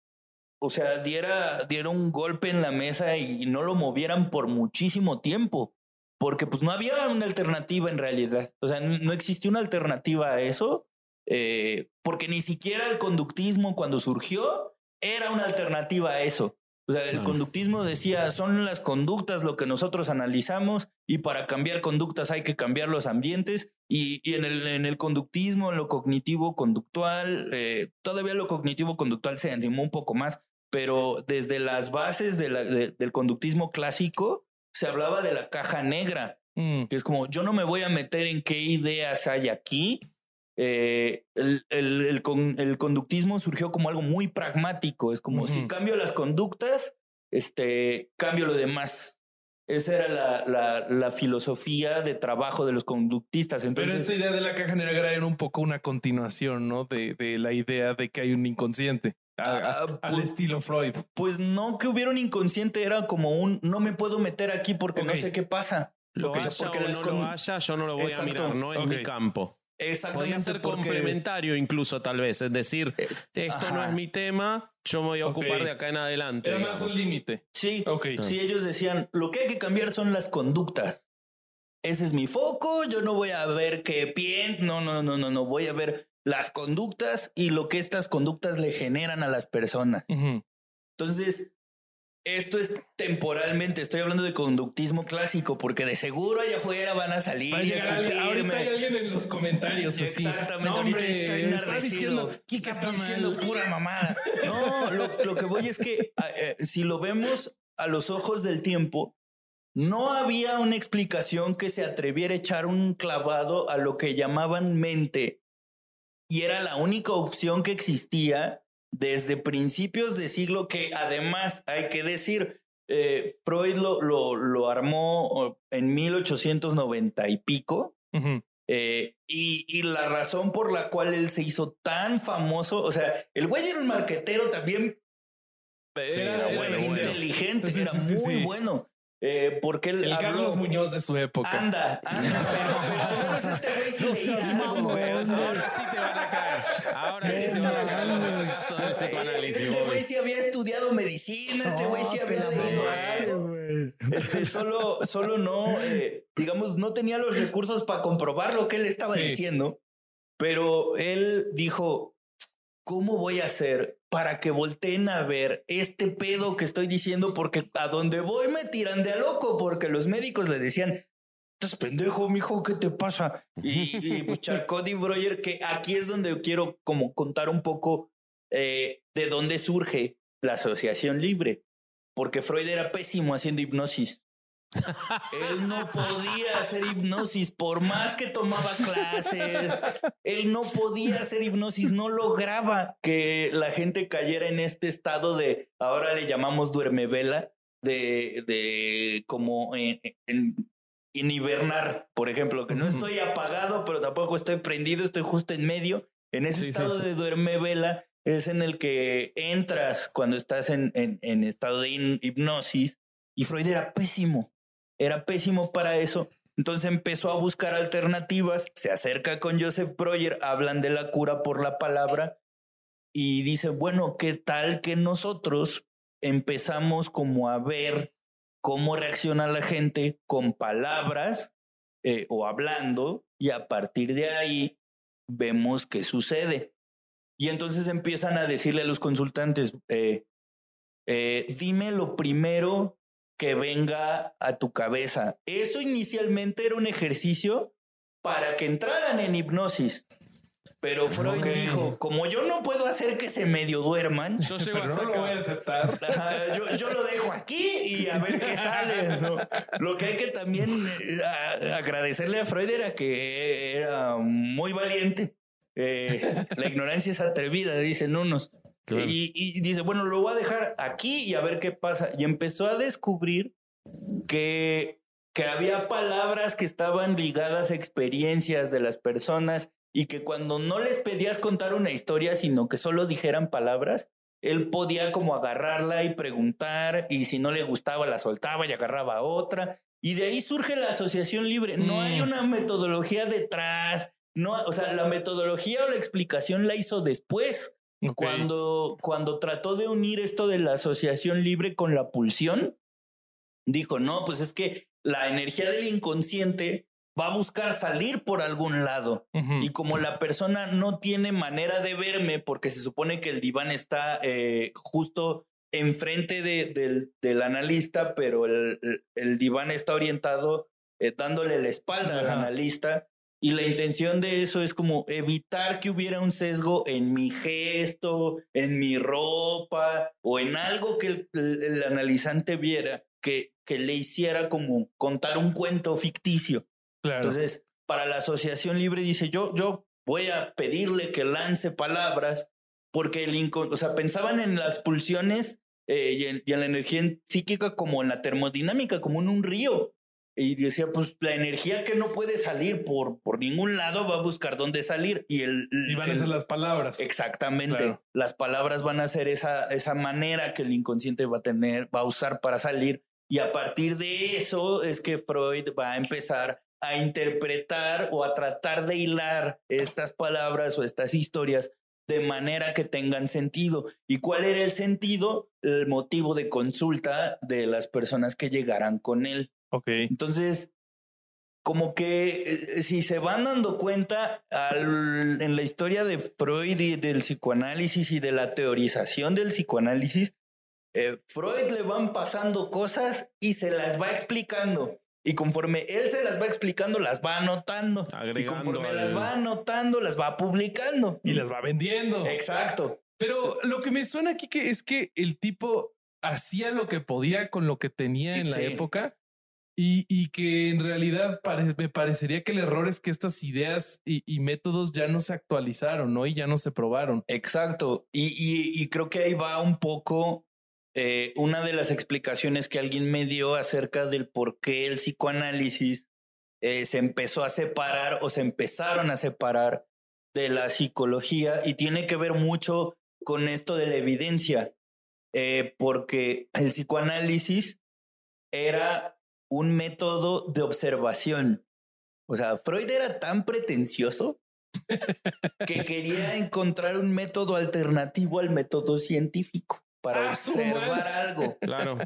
o sea, diera, diera un golpe en la mesa y no lo movieran por muchísimo tiempo, porque pues no había una alternativa en realidad. O sea, no, no existía una alternativa a eso, eh, porque ni siquiera el conductismo cuando surgió era una alternativa a eso. O sea, claro. El conductismo decía, son las conductas lo que nosotros analizamos y para cambiar conductas hay que cambiar los ambientes y, y en, el, en el conductismo, en lo cognitivo-conductual, eh, todavía lo cognitivo-conductual se animó un poco más, pero desde las bases de la, de, del conductismo clásico se hablaba de la caja negra, mm. que es como, yo no me voy a meter en qué ideas hay aquí. Eh, el, el, el, con, el conductismo surgió como algo muy pragmático. Es como uh-huh. si cambio las conductas, este, cambio lo demás. Esa era la, la, la filosofía de trabajo de los conductistas. Entonces, pero esta idea de la caja negra era un poco una continuación, ¿no? De, de la idea de que hay un inconsciente. A, a, uh, al pues, estilo Freud. Pues no que hubiera un inconsciente, era como un no me puedo meter aquí porque okay. no sé qué pasa. Lo okay. haya porque o no con... lo haya, yo no lo voy Exacto. a mirar, no es okay. mi campo. Exactamente. Podría ser porque... complementario incluso tal vez, es decir, esto Ajá. no es mi tema, yo me voy a ocupar okay. de acá en adelante. Era más un límite. Sí, okay. sí, ellos decían, lo que hay que cambiar son las conductas. Ese es mi foco, yo no voy a ver qué piensan, no, no, no, no, no, voy a ver las conductas y lo que estas conductas le generan a las personas. Uh-huh. Entonces, esto es temporalmente, estoy hablando de conductismo clásico, porque de seguro allá afuera van a salir. Va a llegar alguien, ahorita hay alguien en los comentarios. Exactamente, así. ahorita no, está enardecido. ¿Qué está, está diciendo? Mal. Pura mamada. No, lo, lo que voy es que eh, si lo vemos a los ojos del tiempo, no había una explicación que se atreviera a echar un clavado a lo que llamaban mente. Y era la única opción que existía desde principios de siglo, que además hay que decir, eh, Freud lo, lo, lo armó en mil ochocientos noventa y pico. Uh-huh. Eh, y, y la razón por la cual él se hizo tan famoso, o sea, el güey era un marquetero también. Sí, era, era bueno, bueno, inteligente, sí, era sí, sí, muy sí. bueno. Eh, porque él el habló... Carlos Muñoz de su época. Anda, anda, pero, pero al menos este güey sí leía algo, güey. O sea, ahora sí te van a caer. Ahora sí te van a caer los vergazos del psicoanálisis. Este güey sí había estudiado medicina, este güey sí había leído algo. Este solo, solo no, eh, digamos, no tenía los recursos para comprobar lo que él estaba sí. diciendo, pero él dijo, ¿cómo voy a hacer para que volteen a ver este pedo que estoy diciendo? Porque a donde voy me tiran de a loco, porque los médicos le decían, estás pendejo, mijo, ¿qué te pasa? Y, y pues Charcot y Breuer, que aquí es donde quiero como contar un poco eh, de dónde surge la asociación libre, porque Freud era pésimo haciendo hipnosis. Él no podía hacer hipnosis por más que tomaba clases. Él no podía hacer hipnosis, no lograba que la gente cayera en este estado de, ahora le llamamos duermevela, de, de como en, en, en hibernar, por ejemplo, que no estoy apagado, pero tampoco estoy prendido, estoy justo en medio. En ese sí, estado sí, sí. de duermevela es en el que entras cuando estás en, en, en estado de hipnosis, y Freud era pésimo. Era pésimo para eso. Entonces empezó a buscar alternativas. Se acerca con Joseph Breuer. Hablan de la cura por la palabra. Y dice, bueno, ¿qué tal que nosotros empezamos como a ver cómo reacciona la gente con palabras eh, o hablando? Y a partir de ahí vemos qué sucede. Y entonces empiezan a decirle a los consultantes, eh, eh, dime lo primero que venga a tu cabeza. Eso inicialmente era un ejercicio para que entraran en hipnosis. Pero Freud Okay. dijo, como yo no puedo hacer que se medio duerman, Yo llego Pero no hasta lo acá. voy a aceptar. ajá, yo, yo lo dejo aquí y a ver qué sale, ¿no? Lo que hay que también eh, a- agradecerle a Freud era que era muy valiente. Eh, la ignorancia es atrevida, dicen unos. Claro. Y, y dice, bueno, lo voy a dejar aquí y a ver qué pasa. Y empezó a descubrir que, que había palabras que estaban ligadas a experiencias de las personas y que cuando no les pedías contar una historia, sino que solo dijeran palabras, él podía como agarrarla y preguntar, y si no le gustaba la soltaba y agarraba otra. Y de ahí surge la asociación libre. No Mm. hay una metodología detrás. No, o sea, la metodología o la explicación la hizo después. Ok. Cuando, cuando trató de unir esto de la asociación libre con la pulsión, dijo, no, pues es que la energía del inconsciente va a buscar salir por algún lado. Ujú. Y como la persona no tiene manera de verme, porque se supone que el diván está eh, justo enfrente de, del, del analista, pero el, el, el diván está orientado eh, dándole la espalda al Ajá. analista. Y la intención de eso es como evitar que hubiera un sesgo en mi gesto, en mi ropa o en algo que el, el, el analizante viera que, que le hiciera como contar un cuento ficticio. Claro. Entonces, para la asociación libre dice, yo, yo voy a pedirle que lance palabras porque el incon- o sea, pensaban en las pulsiones eh, y, en, y en la energía psíquica como en la termodinámica, como en un río. Y decía, pues la energía que no puede salir por, por ningún lado va a buscar dónde salir. Y, el, y van a el- ser las palabras. Exactamente. Claro. Las palabras van a ser esa, esa manera que el inconsciente va a tener, va a usar para salir. Y a partir de eso es que Freud va a empezar a interpretar o a tratar de hilar estas palabras o estas historias de manera que tengan sentido. ¿Y cuál era el sentido? El motivo de consulta de las personas que llegaran con él. Ok. Entonces, como que eh, si se van dando cuenta al, en la historia de Freud y del psicoanálisis y de la teorización del psicoanálisis, eh, Freud le van pasando cosas y se las va explicando. Y conforme él se las va explicando, las va anotando. Agregando y conforme al- las va anotando, las va publicando. Y las va vendiendo. Exacto. Pero lo que me suena aquí que es que el tipo hacía lo que podía con lo que tenía en la Sí. época y, y que en realidad pare- me parecería que el error es que estas ideas y, y métodos ya no se actualizaron, ¿no? Y ya no se probaron. Exacto. Y, y, y creo que ahí va un poco eh, una de las explicaciones que alguien me dio acerca del por qué el psicoanálisis eh, se empezó a separar o se empezaron a separar de la psicología y tiene que ver mucho con esto de la evidencia, eh, porque el psicoanálisis era un método de observación. O sea, Freud era tan pretencioso que quería encontrar un método alternativo al método científico para ¡Ah, su observar madre! algo. Claro.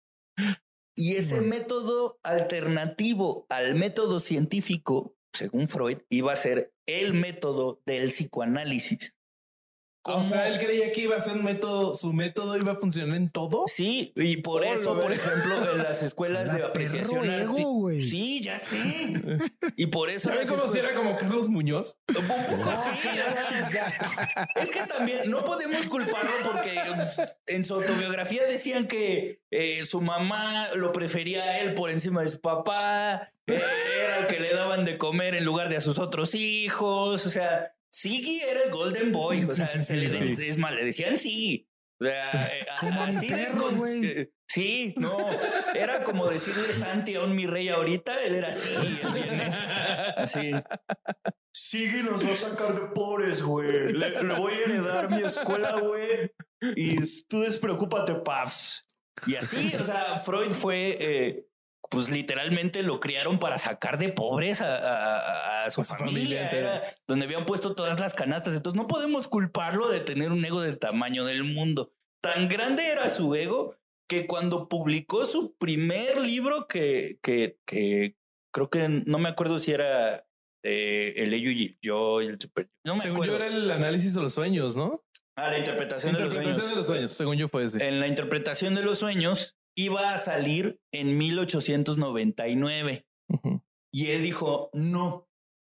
Y ese método alternativo al método científico, según Freud, iba a ser el método del psicoanálisis. O sea, él creía que iba a ser un método, su método iba a funcionar en todo. Sí, y por Oh, eso, lo por verga. ejemplo, en las escuelas La de apreciación perro ego, arti- güey. Sí, ya sé. Y por eso ¿Sabes las cómo si escuelas- era como Carlos Muñoz? Un poco así, ya. Es que también no podemos culparlo porque pues, en su autobiografía decían que eh, su mamá lo prefería a él por encima de su papá, eh, era el que le daban de comer en lugar de a sus otros hijos, o sea, Siggy era el Golden Boy, o Sí, sea, sí, se sí, le, sí. es más, le decían Siggy. O sea, eh, Como a mi así de perro, cons- güey. eh, Sí, no, era como decirle Santi a un mi rey ahorita, él era Siggy el viernes. Así. Siggy nos va a sacar de pobres, güey. Le, le voy a heredar mi escuela, güey. Y tú despreocúpate, paps. Y así, o sea, Freud fue, eh, pues literalmente lo criaron para sacar de pobres a, a- a su A su familia, familia entera. era donde habían puesto todas las canastas. Entonces no podemos culparlo de tener un ego del tamaño del mundo. Tan grande era su ego que cuando publicó su primer libro, que, que, que creo que no me acuerdo si era eh, el ello y yo y el super. No me Según acuerdo. yo era el análisis de los sueños, ¿no? Ah, la interpretación, de los Interpretación sueños. de los sueños. Según yo fue ese. En la interpretación de los sueños iba a salir en mil ochocientos noventa y nueve Ujú. y él dijo no,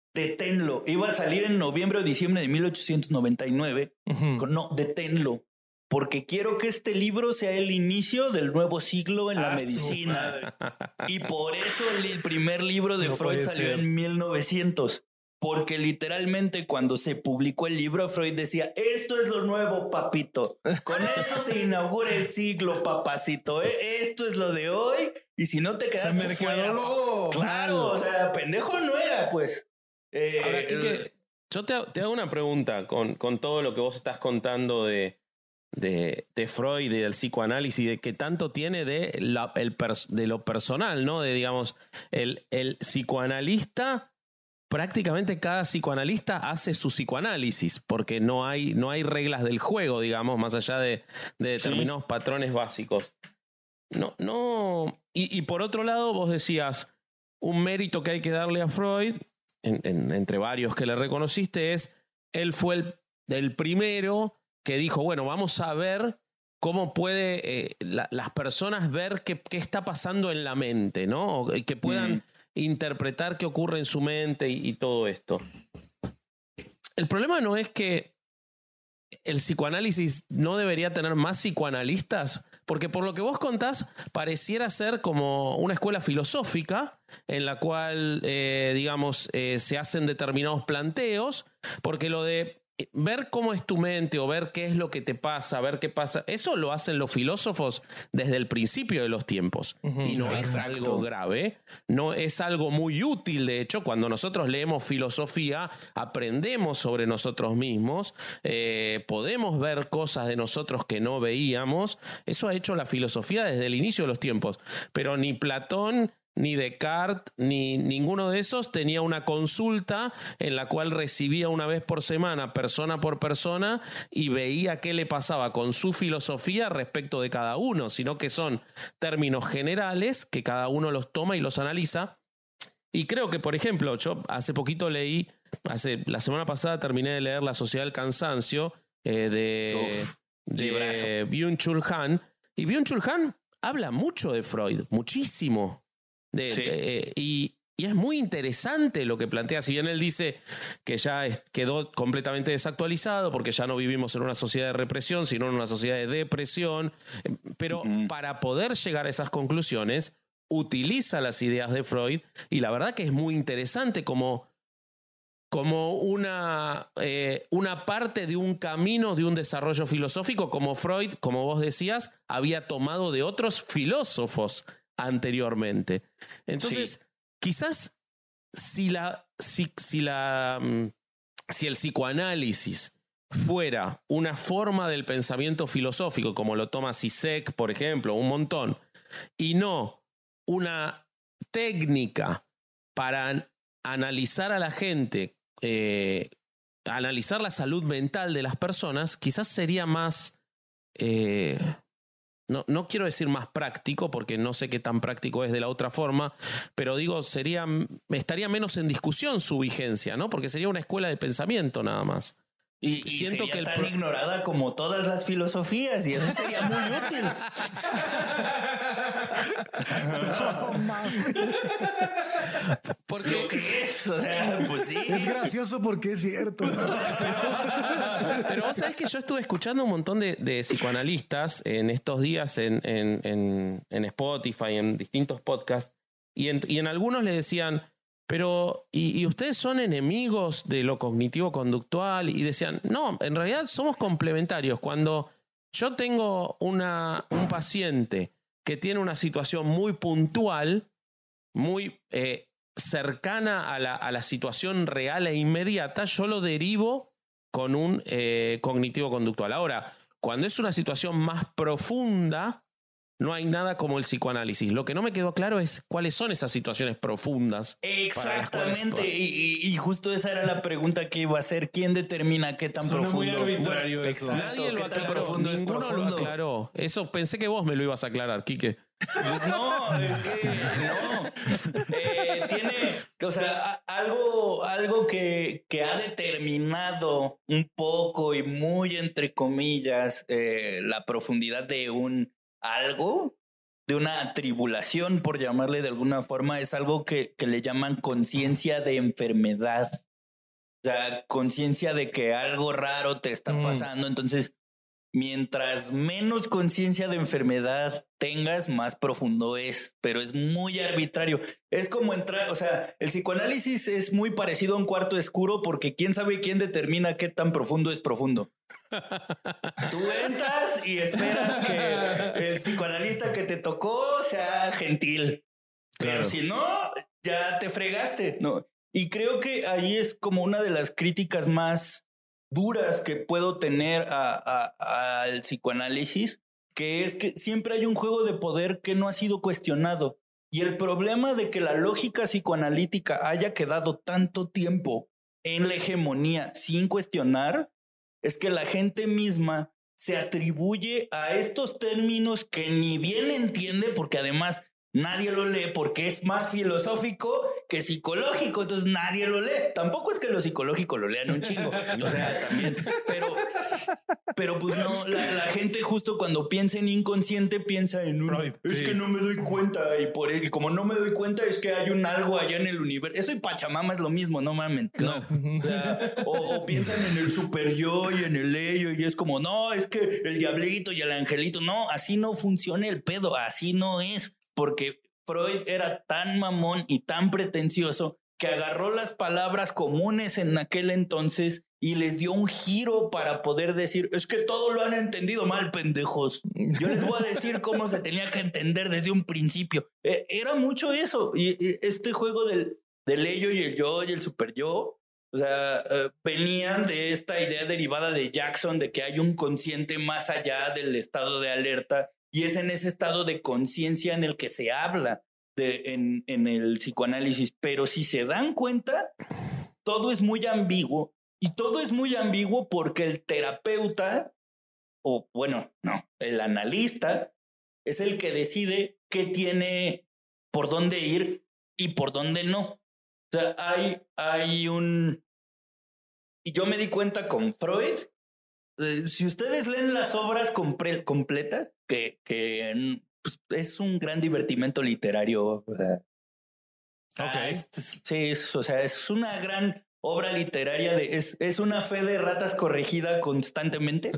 deténlo. Iba a salir en noviembre o diciembre de mil ochocientos noventa y nueve. Ujú. No, deténlo. Porque quiero que este libro sea el inicio del nuevo siglo en la Ah, su medicina. Y por eso el primer libro de No Freud puede salió ser. en mil novecientos. Porque literalmente cuando se publicó el libro, Freud decía, esto es lo nuevo, papito. Con esto se inaugura el siglo, papacito. ¿eh? Esto es lo de hoy. Y si no te Se quedaste fuera... mercadólogo. Claro, o sea, pendejo no era, pues. Eh, Ahora, Quique, el- yo te, te hago una pregunta con, con todo lo que vos estás contando de, de, de Freud y del psicoanálisis, de que tanto tiene de, la, el pers- de lo personal, ¿no? De, digamos, el, el psicoanalista, prácticamente cada psicoanalista hace su psicoanálisis, porque no hay, no hay reglas del juego, digamos, más allá de, de determinados patrones básicos. No, no. Y, y por otro lado, vos decías, un mérito que hay que darle a Freud, en, en, entre varios que le reconociste, es él fue el, el primero que dijo, bueno, vamos a ver cómo puede eh, la, las personas ver qué, qué está pasando en la mente, ¿no? O que puedan mm. interpretar qué ocurre en su mente y, y todo esto. El problema no es que el psicoanálisis no debería tener más psicoanalistas, porque por lo que vos contás, pareciera ser como una escuela filosófica en la cual, eh, digamos, eh, se hacen determinados planteos, porque lo de ver cómo es tu mente o ver qué es lo que te pasa, ver qué pasa, eso lo hacen los filósofos desde el principio de los tiempos. Uh-huh, y no es algo grave, no es algo muy útil. De hecho, cuando nosotros leemos filosofía, aprendemos sobre nosotros mismos, eh, podemos ver cosas de nosotros que no veíamos. Eso ha hecho la filosofía desde el inicio de los tiempos. Pero ni Platón, ni Descartes, ni ninguno de esos tenía una consulta en la cual recibía una vez por semana, persona por persona, y veía qué le pasaba con su filosofía respecto de cada uno, sino que son términos generales que cada uno los toma y los analiza. Y creo que, por ejemplo, yo hace poquito leí, hace, la semana pasada terminé de leer La Sociedad del Cansancio eh, de, Uf, de Byung-Chul Han, y Byung-Chul Han habla mucho de Freud, muchísimo. De, sí. eh, y, y es muy interesante lo que plantea, si bien él dice que ya es, quedó completamente desactualizado porque ya no vivimos en una sociedad de represión, sino en una sociedad de depresión, eh, pero uh-huh. para poder llegar a esas conclusiones utiliza las ideas de Freud, y la verdad que es muy interesante como, como una, eh, una parte de un camino, de un desarrollo filosófico, como Freud, como vos decías, había tomado de otros filósofos anteriormente. Entonces, sí. quizás si la si, si la si el psicoanálisis fuera una forma del pensamiento filosófico, como lo toma Zizek, por ejemplo, un montón, y no una técnica para analizar a la gente, eh, analizar la salud mental de las personas, quizás sería más eh, No, no quiero decir más práctico, porque no sé qué tan práctico es de la otra forma, pero digo, sería, estaría menos en discusión su vigencia, ¿no? Porque sería una escuela de pensamiento nada más. Y, y siento sería que el tan pro... ignorada como todas las filosofías, y eso sería muy útil. Porque lo que es, o sea, pues sí. Es gracioso porque es cierto. Pero, pero vos sabés que yo estuve escuchando un montón de, de psicoanalistas en estos días en, en, en, en Spotify, en distintos podcasts, y en, y en algunos le decían, pero, ¿y, ¿y ustedes son enemigos de lo cognitivo-conductual? Y decían, no, en realidad somos complementarios. Cuando yo tengo una, un paciente que tiene una situación muy puntual, muy eh, cercana a la, a la situación real e inmediata, yo lo derivo con un eh, cognitivo-conductual. Ahora, cuando es una situación más profunda, no hay nada como el psicoanálisis. Lo que no me quedó claro es cuáles son esas situaciones profundas. Exactamente. Y, y, y justo esa era la pregunta que iba a hacer. ¿Quién determina qué tan Suena profundo? Muy arbitrario bueno, eso. Nadie lo aclaró. Profundo Ninguno profundo. lo aclaró. Eso pensé que vos me lo ibas a aclarar, Quique. Pues no, es que no. Eh, tiene, o sea, a, algo, algo que, que ha determinado un poco y muy entre comillas eh, la profundidad de un algo de una tribulación, por llamarle de alguna forma, es algo que, que le llaman conciencia de enfermedad. O sea, conciencia de que algo raro te está pasando. Mm. Entonces, mientras menos conciencia de enfermedad tengas, más profundo es, pero es muy arbitrario. Es como entrar, o sea, el psicoanálisis es muy parecido a un cuarto oscuro porque quién sabe quién determina qué tan profundo es profundo. Tú entras y esperas que el psicoanalista que te tocó sea gentil, claro. Pero si no, ya te fregaste, ¿no? Y creo que ahí es como una de las críticas más duras que puedo tener al psicoanálisis, que es que siempre hay un juego de poder que no ha sido cuestionado. Y el problema de que la lógica psicoanalítica haya quedado tanto tiempo en la hegemonía sin cuestionar es que la gente misma se atribuye a estos términos que ni bien entiende, porque además nadie lo lee porque es más filosófico que psicológico, entonces nadie lo lee. Tampoco es que lo psicológico lo lean un chingo, o sea, también, pero, pero pues no, la, la gente justo cuando piensa en inconsciente piensa en un, Freud, es sí. que no me doy cuenta y por y como no me doy cuenta es que hay un algo allá en el universo. Eso y Pachamama es lo mismo, no mames, no. O, sea, o, o piensan en el super yo y en el ello y es como, no, es que el diablito y el angelito, no, así no funciona el pedo, así no es. Porque Freud era tan mamón y tan pretencioso que agarró las palabras comunes en aquel entonces y les dio un giro para poder decir, es que todo lo han entendido mal, pendejos. Yo les voy a decir cómo se tenía que entender desde un principio. Eh, era mucho eso. Y, y este juego del, del ello y el yo y el super yo, o sea, eh, venían de esta idea derivada de Jackson de que hay un consciente más allá del estado de alerta. Y es en ese estado de conciencia en el que se habla de, en, en el psicoanálisis. Pero si se dan cuenta, todo es muy ambiguo. Y todo es muy ambiguo porque el terapeuta, o bueno, no, el analista, es el que decide qué tiene, por dónde ir y por dónde no. O sea, hay, hay un... Y yo me di cuenta con Freud. Si ustedes leen las obras compre- completas, que, que pues, es un gran divertimento literario. O sea, okay. ah, es, sí, es, o sea, es una gran obra literaria. De, es, es una fe de ratas corregida constantemente.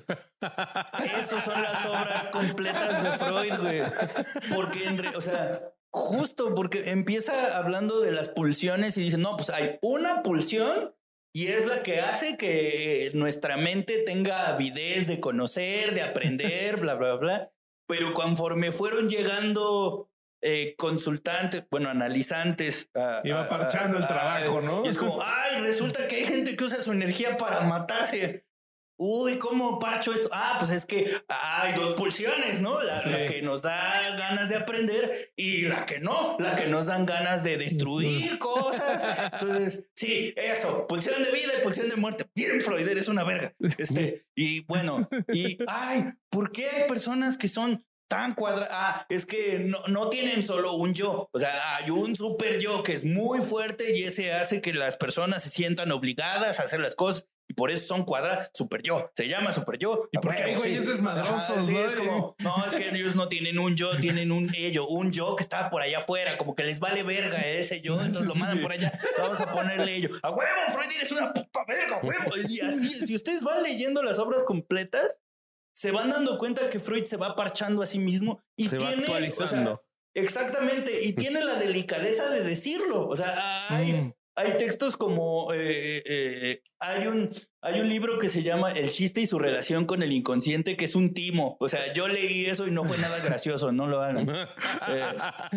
Esas son las obras completas de Freud, güey. Porque, en, o sea, justo porque empieza hablando de las pulsiones y dice, no, pues hay una pulsión. Y es la que hace que nuestra mente tenga avidez de conocer, de aprender, bla, bla, bla. Pero conforme fueron llegando eh, consultantes, bueno, analizantes. A, Iba parchando a, a, el trabajo, a, ¿no? Y es como, ay, resulta que hay gente que usa su energía para matarse. Uy, ¿cómo parcho esto? Ah, pues es que hay dos pulsiones, ¿no? La, sí. la que nos da ganas de aprender y la que no, la que nos dan ganas de destruir cosas. Entonces, sí, eso, pulsión de vida y pulsión de muerte. Bien, Freud, eres una verga. Este, y bueno, y ay, ¿por qué hay personas que son tan cuadradas? Ah, es que no, no tienen solo un yo. O sea, hay un super yo que es muy fuerte y ese hace que las personas se sientan obligadas a hacer las cosas. Y por eso son cuadradas, super yo, se llama super yo. Y porque hay güeyes desmadrosos, sí, ¿no? Es como, no, es que ellos no tienen un yo, tienen un ello, un yo que está por allá afuera, como que les vale verga ese yo, entonces lo mandan por allá, vamos a ponerle ello. ¡A huevo, Freud, eres una puta verga, a huevo! Y así, si ustedes van leyendo las obras completas, se van dando cuenta que Freud se va parchando a sí mismo y se tiene, va actualizando. O sea, exactamente, y tiene la delicadeza de decirlo. O sea, hay... Mm. Hay textos como eh, eh, hay un hay un libro que se llama El chiste y su relación con el inconsciente, que es un timo. O sea, yo leí eso y no fue nada gracioso, no lo hagan. Eh,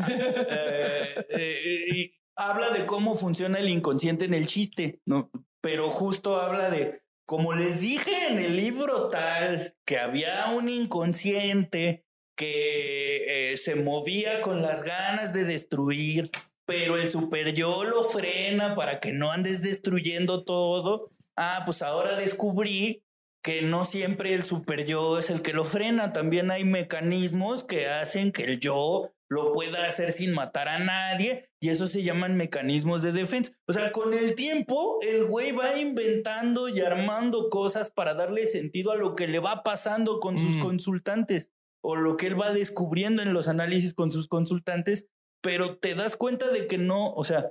eh, eh, y habla de cómo funciona el inconsciente en el chiste, ¿no? Pero justo habla de, como les dije en el libro tal, que había un inconsciente que eh, se movía con las ganas de destruir, pero el super yo lo frena para que no andes destruyendo todo. Ah, pues ahora descubrí que no siempre el super yo es el que lo frena. También hay mecanismos que hacen que el yo lo pueda hacer sin matar a nadie, y eso se llaman mecanismos de defensa. O sea, con el tiempo el güey va inventando y armando cosas para darle sentido a lo que le va pasando con mm. sus consultantes. o lo que él va descubriendo en los análisis con sus consultantes, pero te das cuenta de que no, o sea,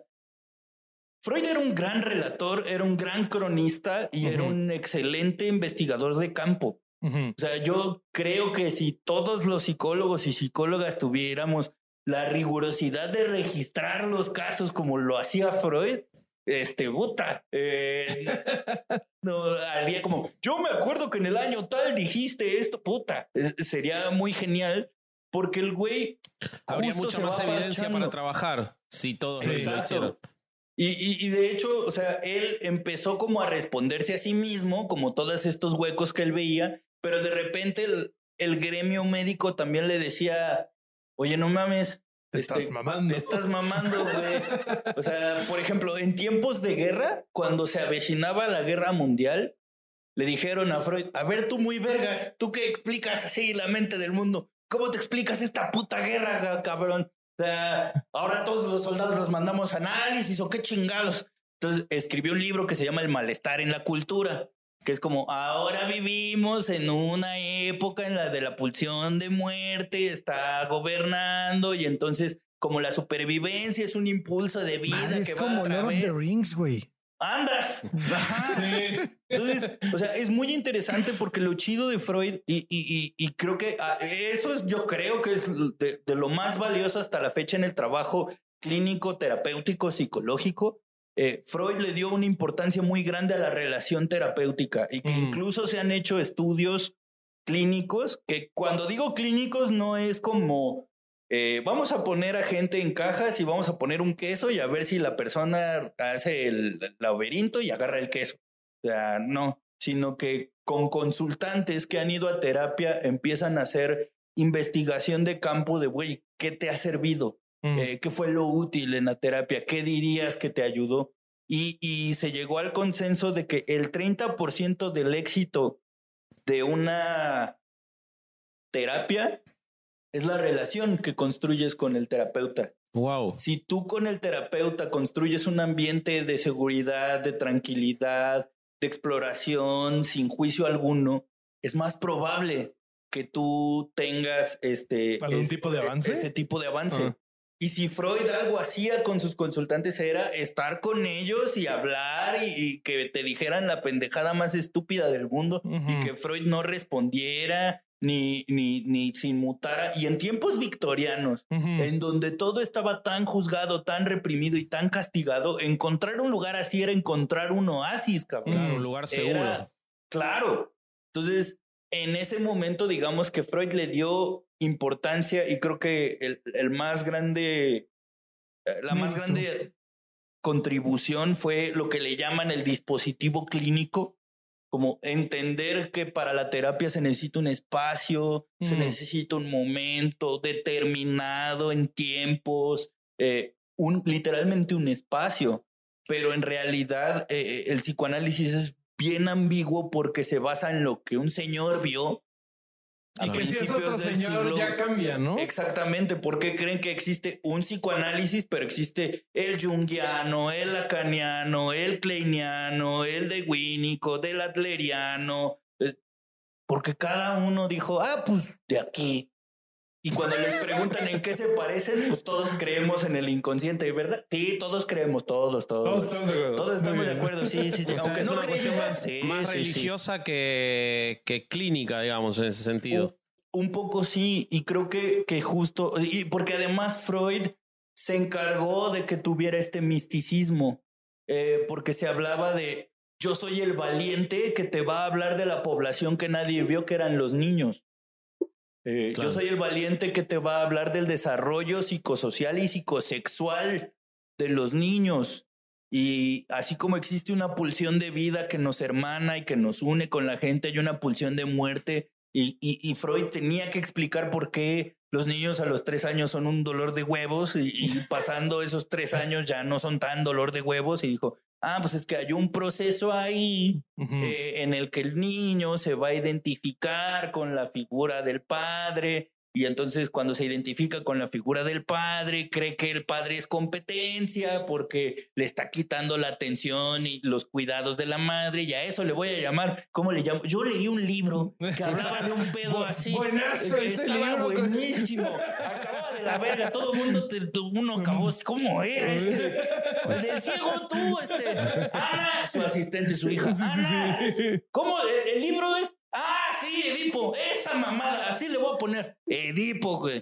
Freud era un gran relator, era un gran cronista y uh-huh. era un excelente investigador de campo. Uh-huh. O sea, yo creo que si todos los psicólogos y psicólogas tuviéramos la rigurosidad de registrar los casos como lo hacía Freud, este, puta, eh, no, haría como, yo me acuerdo que en el año tal dijiste esto, puta, es, sería muy genial porque el güey habría mucha más evidencia para trabajar si todos sí, lo hicieron. Y, y, y de hecho, o sea, él empezó como a responderse a sí mismo, como todos estos huecos que él veía, pero de repente el, el gremio médico también le decía, oye, no mames, te este, estás mamando. Te estás mamando, güey. O sea, por ejemplo, en tiempos de guerra, cuando se avecinaba la guerra mundial, le dijeron a Freud, a ver, tú muy vergas, tú que explicas así la mente del mundo, ¿cómo te explicas esta puta guerra, cabrón? O sea, ahora todos los soldados los mandamos a análisis o qué chingados. Entonces escribió un libro que se llama El malestar en la cultura, que es como ahora vivimos en una época en la de la pulsión de muerte está gobernando y entonces como la supervivencia es un impulso de vida. Madre, que es va como a Lord of the Rings, güey. Andas. Ajá. Sí. Entonces, o sea, es muy interesante porque lo chido de Freud y, y, y, y creo que eso es, yo creo que es de, de lo más valioso hasta la fecha en el trabajo clínico, terapéutico, psicológico. Eh, Freud le dio una importancia muy grande a la relación terapéutica y que mm. incluso se han hecho estudios clínicos que cuando digo clínicos no es como eh, vamos a poner a gente en cajas y vamos a poner un queso y a ver si la persona hace el laberinto y agarra el queso. O sea, no, sino que con consultantes que han ido a terapia empiezan a hacer investigación de campo de, güey, ¿qué te ha servido? Mm. Eh, ¿Qué fue lo útil en la terapia? ¿Qué dirías que te ayudó? Y, y se llegó al consenso de que el treinta por ciento del éxito de una terapia es la relación que construyes con el terapeuta. Wow. Si tú con el terapeuta construyes un ambiente de seguridad, de tranquilidad, de exploración, sin juicio alguno, es más probable que tú tengas este algún este, tipo de avance. Ese tipo de avance. Uh-huh. Y si Freud algo hacía con sus consultantes era estar con ellos y hablar y, y que te dijeran la pendejada más estúpida del mundo uh-huh. y que Freud no respondiera ni, ni, ni se inmutara. Y en tiempos victorianos, uh-huh. en donde todo estaba tan juzgado, tan reprimido y tan castigado, encontrar un lugar así era encontrar un oasis, cabrón. Claro, un lugar seguro. Era, claro. Entonces, en ese momento, digamos que Freud le dio importancia y creo que el, el más grande, la más grande contribución fue lo que le llaman el dispositivo clínico, como entender que para la terapia se necesita un espacio, mm. se necesita un momento determinado en tiempos, eh, un, literalmente un espacio, pero en realidad eh, el psicoanálisis es bien ambiguo porque se basa en lo que un señor vio. Y que si es otro señor siglo, ya cambia, ¿no? Exactamente, porque creen que existe un psicoanálisis, pero existe el junguiano, el lacaniano, el kleiniano, el de Winnicott, el adleriano, porque cada uno dijo, ah, pues de aquí. Y cuando les preguntan en qué se parecen, pues todos creemos en el inconsciente, ¿verdad? Sí, todos creemos, todos, todos. Todos estamos de acuerdo. Todos estamos de acuerdo, sí, sí, sí. O sea, aunque es no una cuestión más, sí, más sí, religiosa sí. Que, que clínica, digamos, en ese sentido. Un, un poco sí, y creo que, que justo, y porque además Freud se encargó de que tuviera este misticismo, eh, porque se hablaba de, yo soy el valiente que te va a hablar de la población que nadie vio, que eran los niños. Eh, claro. Yo soy el valiente que te va a hablar del desarrollo psicosocial y psicosexual de los niños. Y así como existe una pulsión de vida que nos hermana y que nos une con la gente, hay una pulsión de muerte. Y, y, y Freud tenía que explicar por qué los niños a los tres años son un dolor de huevos y, y pasando esos tres años ya no son tan dolor de huevos. Y dijo, ah, pues es que hay un proceso ahí uh-huh. eh, en el que el niño se va a identificar con la figura del padre Y entonces cuando se identifica con la figura del padre, cree que el padre es competencia porque le está quitando la atención y los cuidados de la madre, y a eso le voy a llamar, ¿cómo le llamo? Yo leí un libro que hablaba de un pedo así. Buenazo que ese estaba libro. buenísimo. Acababa de la verga, todo el mundo, te, uno acabó, ¿cómo era este? El del ciego tú, este. Ana, su asistente, su hija. Ana, ¿cómo? El, el libro es... Ah, sí, Edipo, esa mamada, así le voy a poner, Edipo, güey.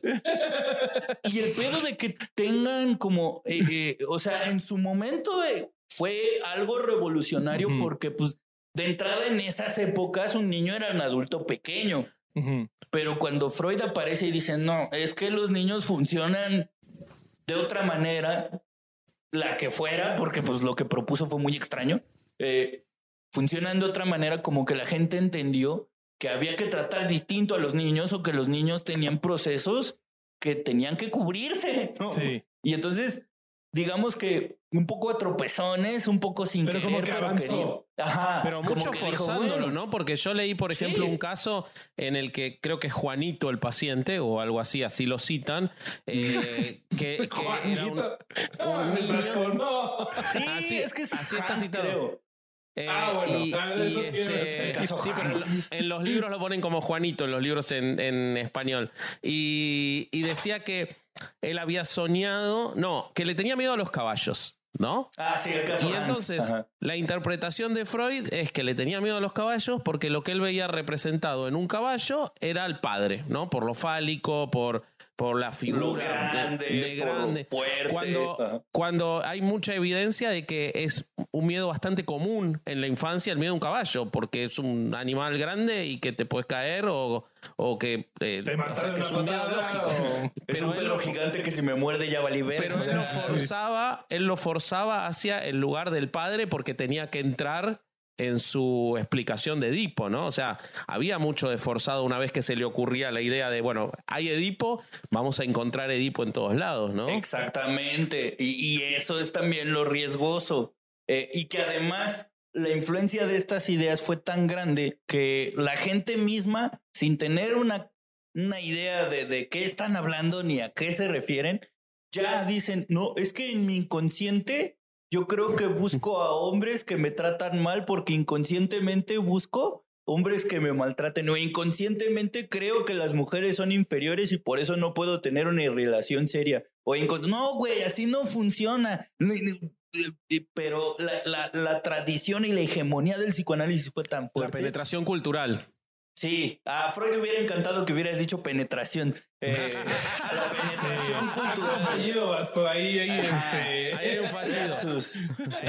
Y el pedo de que tengan como, eh, eh, o sea, en su momento eh, fue algo revolucionario uh-huh. porque pues de entrada en esas épocas un niño era un adulto pequeño. Uh-huh. Pero cuando Freud aparece y dice, no, es que los niños funcionan de otra manera, la que fuera, porque pues lo que propuso fue muy extraño, eh, funcionan de otra manera, como que la gente entendió que había que tratar distinto a los niños o que los niños tenían procesos que tenían que cubrirse, ¿no? Sí. Y entonces, digamos que un poco a tropezones, un poco sin pero querer, como que pero avanzó. Ajá, pero mucho forzándolo, bueno. ¿no? Porque yo leí, por ejemplo, sí. un caso en el que creo que es Juanito el paciente o algo así, así lo citan, eh, que, que era un, un niño. No. Sí, así, es que es así Hans, está citado. Creo. Eh, ah, bueno, y, claro, eso y tiene este, sí, pero en los libros lo ponen como Juanito, en los libros en, en español. Y, y decía que él había soñado, no, que le tenía miedo a los caballos, ¿no? Ah, sí, el caso Y Hans. entonces, Ajá. la interpretación de Freud es que le tenía miedo a los caballos porque lo que él veía representado en un caballo era el padre, ¿no? Por lo fálico, por... por la figura grande, de, de grande. Fuerte. Cuando, cuando hay mucha evidencia de que es un miedo bastante común en la infancia, el miedo a un caballo, porque es un animal grande y que te puedes caer o, o que, eh, o sea, que es un miedo lógico. O... Es Pero un pelo gigante que si me muerde ya valí ver. Pero él lo forzaba, él lo forzaba hacia el lugar del padre porque tenía que entrar en su explicación de Edipo, ¿no? O sea, había mucho de forzado una vez que se le ocurría la idea de, bueno, hay Edipo, vamos a encontrar Edipo en todos lados, ¿no? Exactamente. Y, y eso es también lo riesgoso. Eh, y que además la influencia de estas ideas fue tan grande que la gente misma, sin tener una, una idea de, de qué están hablando ni a qué se refieren, ya dicen, no, es que en mi inconsciente... Yo creo que busco a hombres que me tratan mal porque inconscientemente busco hombres que me maltraten o inconscientemente creo que las mujeres son inferiores y por eso no puedo tener una relación seria. O incon- no, güey, así no funciona. Pero la, la, la tradición y la hegemonía del psicoanálisis fue tan fuerte. La penetración cultural. Sí, a Freud le hubiera encantado que hubieras dicho penetración. Eh, la penetración sí. cultural. Acto fallido, Vasco. Ahí, ahí, este. Ahí hay un fallido. Sus...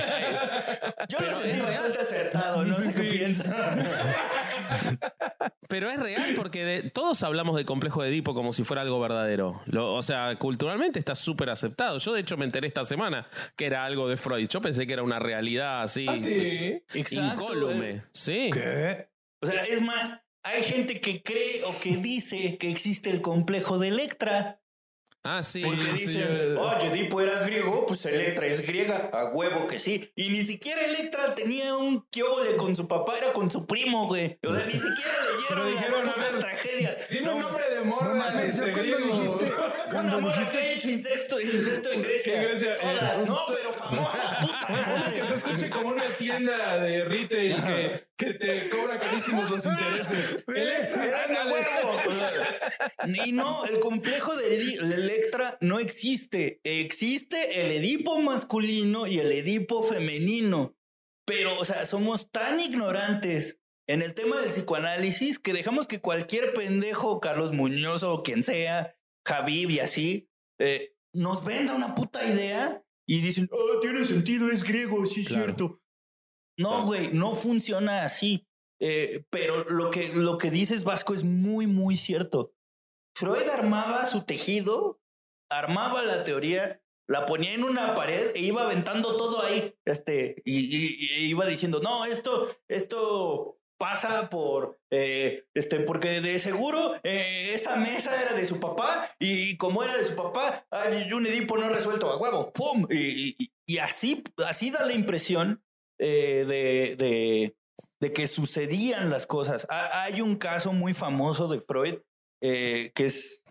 Yo pero lo sentí es bastante acertado, sí, no sí, sé sí. qué piensan. Pero es real porque de, todos hablamos del complejo de Edipo como si fuera algo verdadero. Lo, o sea, culturalmente está súper aceptado. Yo de hecho me enteré esta semana que era algo de Freud. Yo pensé que era una realidad así. Ah, sí. Incólume. Sí. ¿Qué? O sea, es más, hay gente que cree o que dice que existe el complejo de Electra. Ah, sí. Porque sí, dicen, yo- oye, Edipo era griego, pues Electra es griega, a huevo que sí. Y ni siquiera Electra tenía un quióbole con su papá, era con su primo, güey. O sea, ni siquiera Pero leyeron dijeron, las a putas ver, tragedias. Dime No, un nombre de morra. No mames, este, yo cuando griego. dijiste, Una cuando morra dijiste, que ha hecho incesto, incesto en Grecia. En Grecia, Todas, eh, no, pero famosa, puta madre. Que se escuche como una tienda de retail que, que te cobra carísimos los intereses. Electra, Era de ándale. huevo. Y no, el complejo de Edi- de Electra no existe. Existe el Edipo masculino y el Edipo femenino. Pero, o sea, somos tan ignorantes en el tema del psicoanálisis que dejamos que cualquier pendejo, Carlos Muñoz o quien sea, Javib y así, eh, nos venda una puta idea y dicen, oh, tiene sentido, es griego, sí es Claro. cierto. No, güey, no funciona así. Eh, pero lo que, lo que dices, Vasco, es muy, muy cierto. Freud armaba su tejido, armaba la teoría, la ponía en una pared e iba aventando todo ahí. Este, y, y- y iba diciendo, no, esto, esto pasa por, eh, este, porque de seguro eh, esa mesa era de su papá y como era de su papá, hay un Edipo no resuelto a huevo, ¡pum! Y, y- y así, así da la impresión eh, de, de, de que sucedían las cosas. Ha- hay un caso muy famoso de Freud eh, que es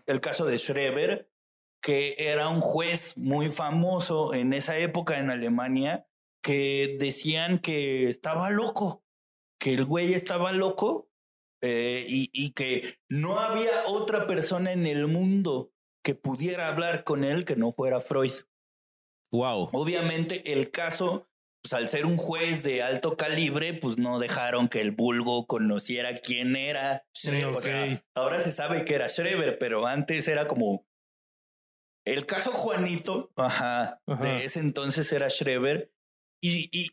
el caso de Schreber, que era un juez muy famoso en esa época en Alemania, que decían que estaba loco, que el güey estaba loco eh, y, y que no había otra persona en el mundo que pudiera hablar con él que no fuera Freud. Wow. Obviamente el caso, pues al ser un juez de alto calibre, pues no dejaron que el vulgo conociera quién era Schreber. Okay. O sea, ahora se sabe que era Schreber, pero antes era como el caso Juanito. Ajá, Ajá. de ese entonces era Schreber. Y, y,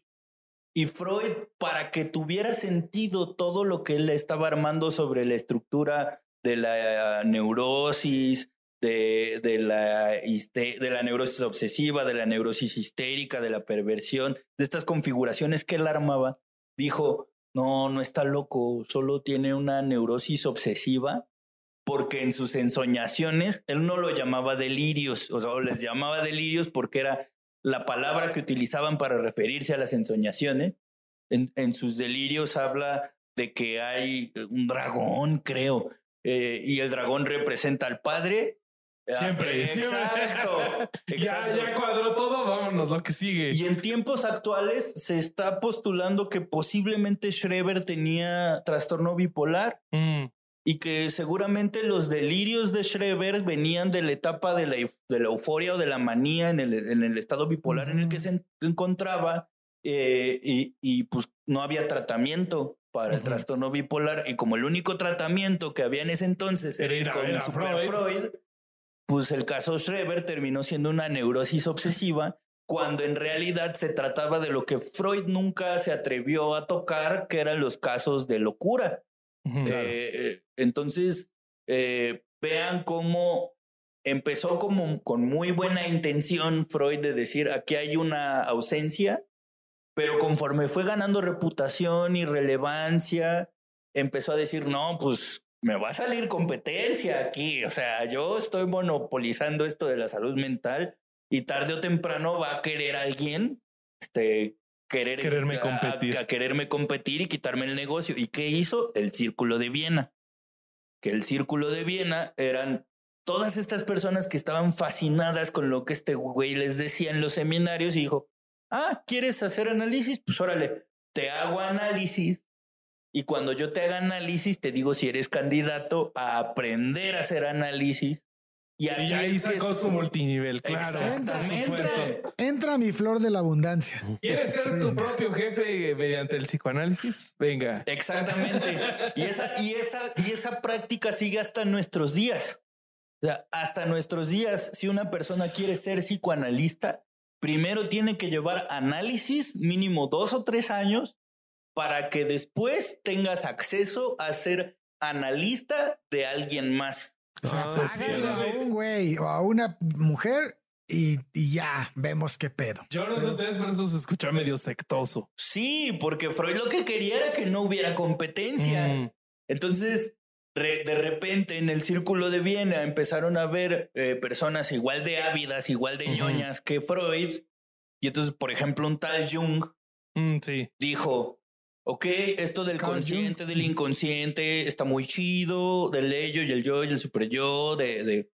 y Freud, para que tuviera sentido todo lo que él estaba armando sobre la estructura de la neurosis, de, de, la, de la neurosis obsesiva, de la neurosis histérica, de la perversión, de estas configuraciones que él armaba, dijo, no, no está loco, solo tiene una neurosis obsesiva, porque en sus ensoñaciones, él no lo llamaba delirios, o sea, les llamaba delirios porque era la palabra que utilizaban para referirse a las ensoñaciones. En, en sus delirios habla de que hay un dragón, creo, eh, y el dragón representa al padre. Siempre. Exacto. ya, ya cuadró todo, vámonos, lo que sigue. Y en tiempos actuales se está postulando que posiblemente Schreber tenía trastorno bipolar. Mm. Y que seguramente los delirios de Schreber venían de la etapa de la, de la euforia o de la manía en el, en el estado bipolar uh-huh. en el que se encontraba eh, y, y pues no había tratamiento para uh-huh. el trastorno bipolar, y como el único tratamiento que había en ese entonces era, era con era Super Freud. Freud, pues el caso Schreber terminó siendo una neurosis obsesiva, cuando en realidad se trataba de lo que Freud nunca se atrevió a tocar, que eran los casos de locura. Claro. Eh, entonces, eh, vean cómo empezó como con muy buena intención Freud de decir aquí hay una ausencia, pero conforme fue ganando reputación y relevancia, empezó a decir, no, pues me va a salir competencia aquí. O sea, yo estoy monopolizando esto de la salud mental y tarde o temprano va a querer alguien, este... Querer, quererme a, competir. A, a quererme competir y quitarme el negocio. ¿Y qué hizo? El Círculo de Viena. Que el Círculo de Viena eran todas estas personas que estaban fascinadas con lo que este güey les decía en los seminarios y dijo, ah, ¿quieres hacer análisis? Pues órale, te hago análisis y cuando yo te haga análisis te digo si eres candidato a aprender a hacer análisis. Y, así y ahí es sacó su multinivel, claro. Entra, entra, entra mi flor de la abundancia. ¿Quieres ser sí. tu propio jefe mediante el psicoanálisis? Venga. Exactamente. Y esa, y esa, y esa práctica sigue hasta nuestros días. O sea, hasta nuestros días, si una persona quiere ser psicoanalista, primero tiene que llevar análisis mínimo dos o tres años para que después tengas acceso a ser analista de alguien más. O sea, Ah, sí, pagas sí, a sí. un güey o a una mujer y, y ya vemos qué pedo. Yo no sé ustedes, pero eso se escucha medio sectoso. Sí, porque Freud lo que quería era que no hubiera competencia. Mm. Entonces, re, de repente en el Círculo de Viena empezaron a ver eh, personas igual de ávidas, igual de Ujú. ñoñas que Freud. Y entonces, por ejemplo, un tal Jung Mm, sí. dijo, ok, esto del Carl consciente, Jung. del inconsciente, está muy chido, del ello y el yo y el super yo, de, de,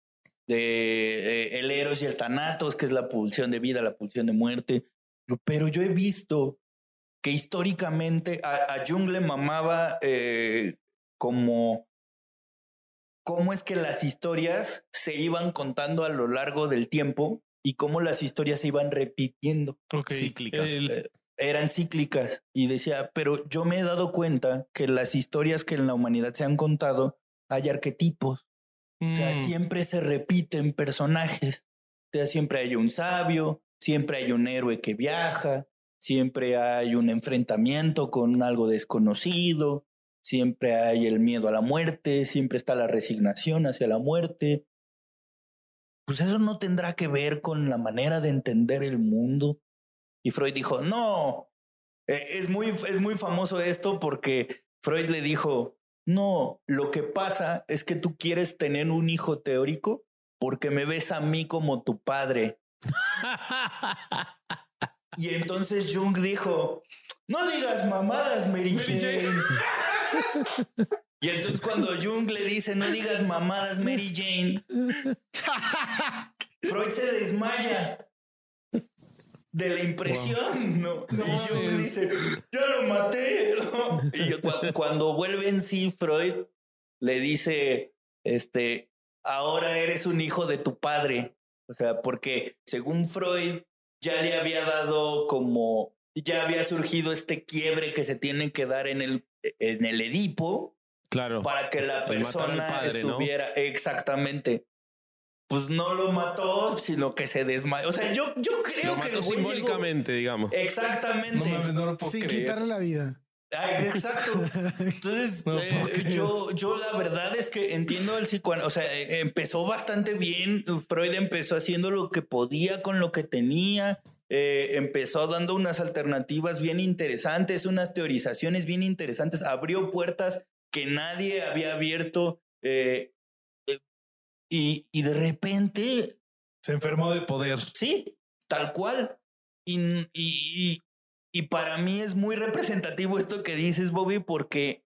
de eh, el eros y el thanatos, que es la pulsión de vida, la pulsión de muerte. Pero yo he visto que históricamente a, a Jung le mamaba eh, como cómo es que las historias se iban contando a lo largo del tiempo y cómo las historias se iban repitiendo. Ok. Cíclicas. El- Eh, eran cíclicas y decía, pero yo me he dado cuenta que las historias que en la humanidad se han contado hay arquetipos, o sea, Mm. siempre se repiten personajes, o sea, siempre hay un sabio, siempre hay un héroe que viaja, siempre hay un enfrentamiento con algo desconocido, siempre hay el miedo a la muerte, siempre está la resignación hacia la muerte. Pues eso no tendrá que ver con la manera de entender el mundo. Y Freud dijo, no, eh, es, muy, es muy famoso esto porque Freud le dijo, no, lo que pasa es que tú quieres tener un hijo teórico porque me ves a mí como tu padre. Y entonces Jung dijo, no digas mamadas, Mary Mary Jane. Y entonces cuando Jung le dice no digas mamadas Mary Jane, Freud se desmaya de la impresión, ¿no? No y Jung mames. dice, ya lo maté, ¿no? Y yo, cu- cuando vuelve en sí, Freud le dice, este, ahora eres un hijo de tu padre. O sea, porque según Freud ya le había dado como, ya había surgido este quiebre que se tiene que dar en el, en el Edipo Claro. para que la El matar al persona padre, ¿no? estuviera exactamente. Pues no lo mató, sino que se desmayó. O sea, yo, yo creo Lo que mató el güey simbólicamente, digamos. llegó- Exactamente. No mames, no lo puedo Sin creer. quitarle la vida. Ay, exacto. Entonces, No eh, puedo creer. yo, yo la verdad es que entiendo el psicoanálisis. O sea, eh, empezó bastante bien. Freud empezó haciendo lo que podía con lo que tenía. Eh, empezó dando unas alternativas bien interesantes, unas teorizaciones bien interesantes. Abrió puertas que nadie había abierto. Eh, eh, y, y de repente, Se enfermó de poder. sí, tal cual. Y, y, y, y para mí es muy representativo esto que dices, Bobby, porque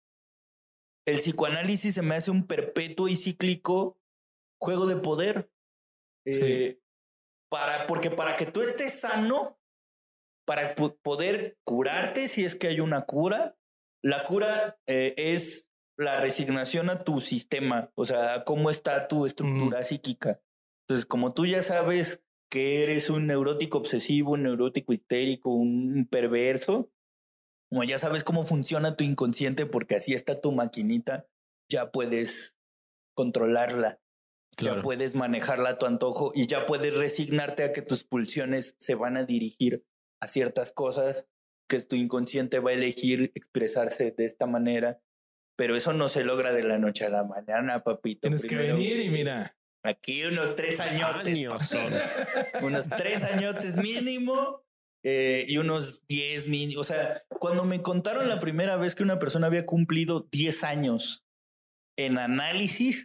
el psicoanálisis se me hace un perpetuo y cíclico juego de poder. Sí. Eh, para, porque para que tú estés sano, para po- poder curarte, si es que hay una cura, la cura eh, es la resignación a tu sistema, o sea, a cómo está tu estructura Ujú. psíquica. Entonces, como tú ya sabes que eres un neurótico obsesivo, un neurótico histérico, un perverso, como ya sabes cómo funciona tu inconsciente, porque así está tu maquinita, ya puedes controlarla, Claro. ya puedes manejarla a tu antojo y ya puedes resignarte a que tus pulsiones se van a dirigir a ciertas cosas, que tu inconsciente va a elegir expresarse de esta manera, pero eso no se logra de la noche a la mañana, papito. Tienes que Primero, venir y mira. aquí unos tres añotes, Años son. unos tres añotes mínimo eh, y unos diez mínimo. O sea, cuando me contaron la primera vez que una persona había cumplido diez años en análisis,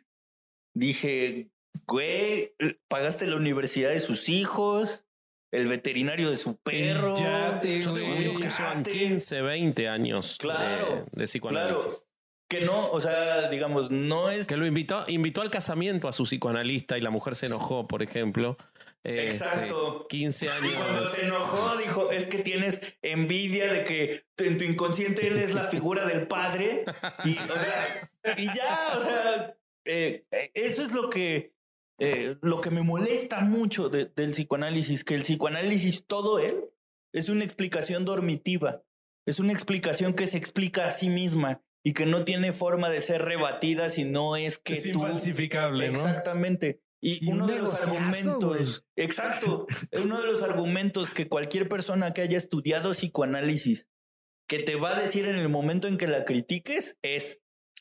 dije, güey, pagaste la universidad de sus hijos, el veterinario de su perro. El yate, Yo tengo amigos que el llevan yate. quince, veinte años Claro, de, de psicoanálisis. Claro, que no, o sea, digamos, no es Que lo invitó, invitó al casamiento a su psicoanalista y la mujer se enojó, por ejemplo. Este, exacto. quince Y cuando años. se enojó, dijo, es que tienes envidia de que en tu inconsciente él es la figura del padre. Y, o sea, y ya, o sea, eh, eso es lo que, eh, lo que me molesta mucho de- del psicoanálisis, que el psicoanálisis, todo él, es una explicación dormitiva. Es una explicación que se explica a sí misma y que no tiene forma de ser rebatida si no es que Es tú... infalsificable, ¿no? Exactamente. Y, Y uno un de los negociazo, argumentos, exacto, uno de los argumentos que cualquier persona que haya estudiado psicoanálisis que te va a decir en el momento en que la critiques es,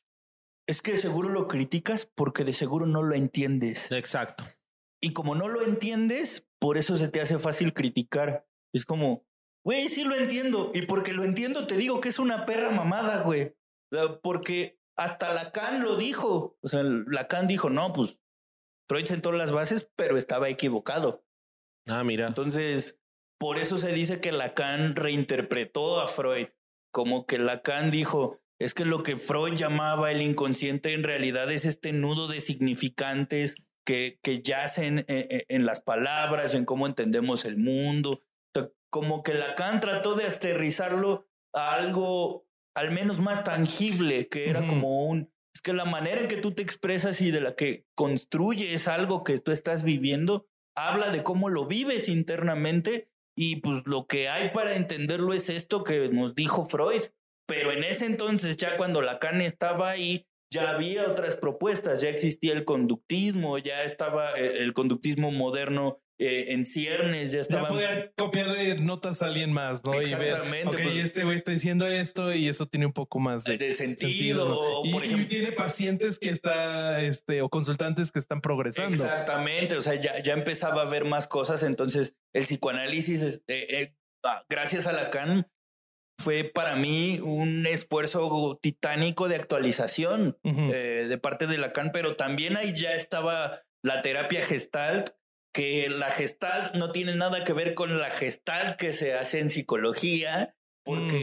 es que de seguro lo criticas porque de seguro no lo entiendes. Exacto. Y como no lo entiendes, por eso se te hace fácil criticar. Es como, güey, sí lo entiendo. Y porque lo entiendo, te digo que es una perra mamada, güey. O sea, porque hasta Lacan lo dijo. O sea, Lacan dijo, no, pues Freud sentó las bases, pero estaba equivocado. Ah, mira. Entonces, por eso se dice que Lacan reinterpretó a Freud. Como que Lacan dijo, es que lo que Freud llamaba el inconsciente en realidad es este nudo de significantes que, que yacen en, en las palabras, en cómo entendemos el mundo. O sea, como que Lacan trató de aterrizarlo a algo al menos más tangible, que era Ujú. como un... Es que la manera en que tú te expresas y de la que construyes algo que tú estás viviendo, habla de cómo lo vives internamente y pues lo que hay para entenderlo es esto que nos dijo Freud. Pero en ese entonces, ya cuando Lacan estaba ahí, ya había otras propuestas, ya existía el conductismo, ya estaba el, el conductismo moderno eh, en ciernes, ya Ya estaba... podía copiarle notas a alguien más, ¿no? Exactamente, Y ver, ok, pues- este güey está diciendo esto y eso tiene un poco más de, de sentido, ¿no? o, Y, por y ejemplo, tiene pacientes que está, este, o consultantes que están progresando. exactamente, o sea, ya, ya empezaba a ver más cosas, entonces el psicoanálisis, es, eh, eh, ah, gracias a Lacan, fue para mí un esfuerzo titánico de actualización Ujú. eh, de parte de Lacan, pero también ahí ya estaba la terapia Gestalt, que la Gestalt no tiene nada que ver con la Gestalt que se hace en psicología, porque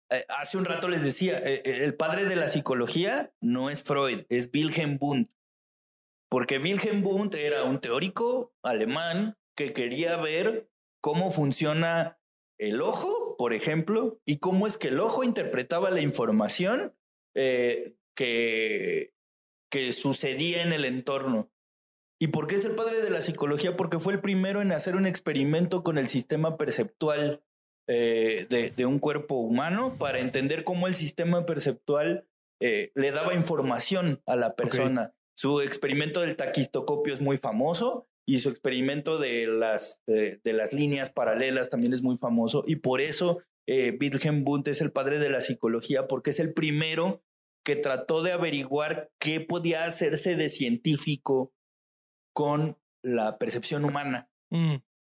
eh, hace un rato les decía, eh, el padre de la psicología no es Freud, es Wilhelm Wundt. Porque Wilhelm Wundt era un teórico alemán que quería ver cómo funciona el ojo, por ejemplo, y cómo es que el ojo interpretaba la información eh, que, que sucedía en el entorno. ¿Y por qué es el padre de la psicología? Porque fue el primero en hacer un experimento con el sistema perceptual eh, de, de un cuerpo humano para entender cómo el sistema perceptual eh, le daba información a la persona. Okay. Su experimento del taquistocopio es muy famoso y su experimento de las, de, de las líneas paralelas también es muy famoso. Y por eso eh, Wilhelm Wundt es el padre de la psicología, porque es el primero que trató de averiguar qué podía hacerse de científico con la percepción humana. Mm.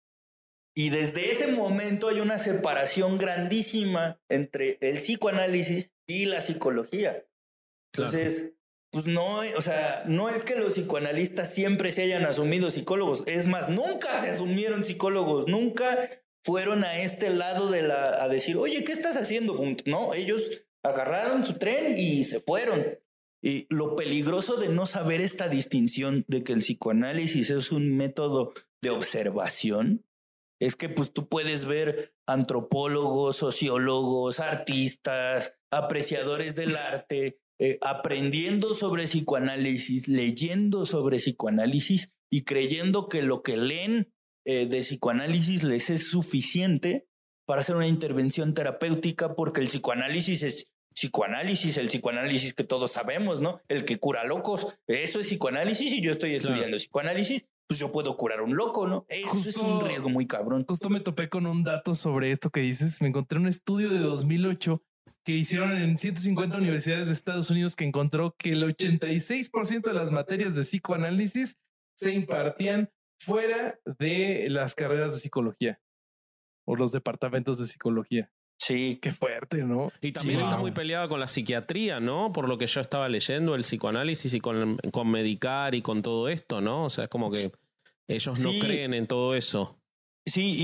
Y desde ese momento hay una separación grandísima entre el psicoanálisis y la psicología. Claro. Entonces, pues no, o sea, no es que los psicoanalistas siempre se hayan asumido psicólogos. Es más, nunca se asumieron psicólogos, nunca fueron a este lado de la, a decir, oye, ¿qué estás haciendo? No, ellos agarraron su tren y se fueron. Y lo peligroso de no saber esta distinción de que el psicoanálisis es un método de observación es que pues tú puedes ver antropólogos, sociólogos, artistas, apreciadores del arte, eh, aprendiendo sobre psicoanálisis, leyendo sobre psicoanálisis y creyendo que lo que leen eh, de psicoanálisis les es suficiente para hacer una intervención terapéutica, porque el psicoanálisis es psicoanálisis, el psicoanálisis que todos sabemos, ¿no? El que cura locos. Eso es psicoanálisis y yo estoy estudiando claro. psicoanálisis, pues yo puedo curar un loco, ¿no? Eso justo, es un riesgo muy cabrón. Justo me topé con un dato sobre esto que dices. Me encontré un estudio de dos mil ocho que hicieron en ciento cincuenta universidades de Estados Unidos que encontró que el ochenta y seis por ciento de las materias de psicoanálisis se impartían fuera de las carreras de psicología o los departamentos de psicología. Sí, qué fuerte, ¿no? Y también sí, está wow. muy peleado con la psiquiatría, ¿no? Por lo que yo estaba leyendo, el psicoanálisis y con, con medicar y con todo esto, ¿no? O sea, es como que ellos sí. no creen en todo eso. Sí, y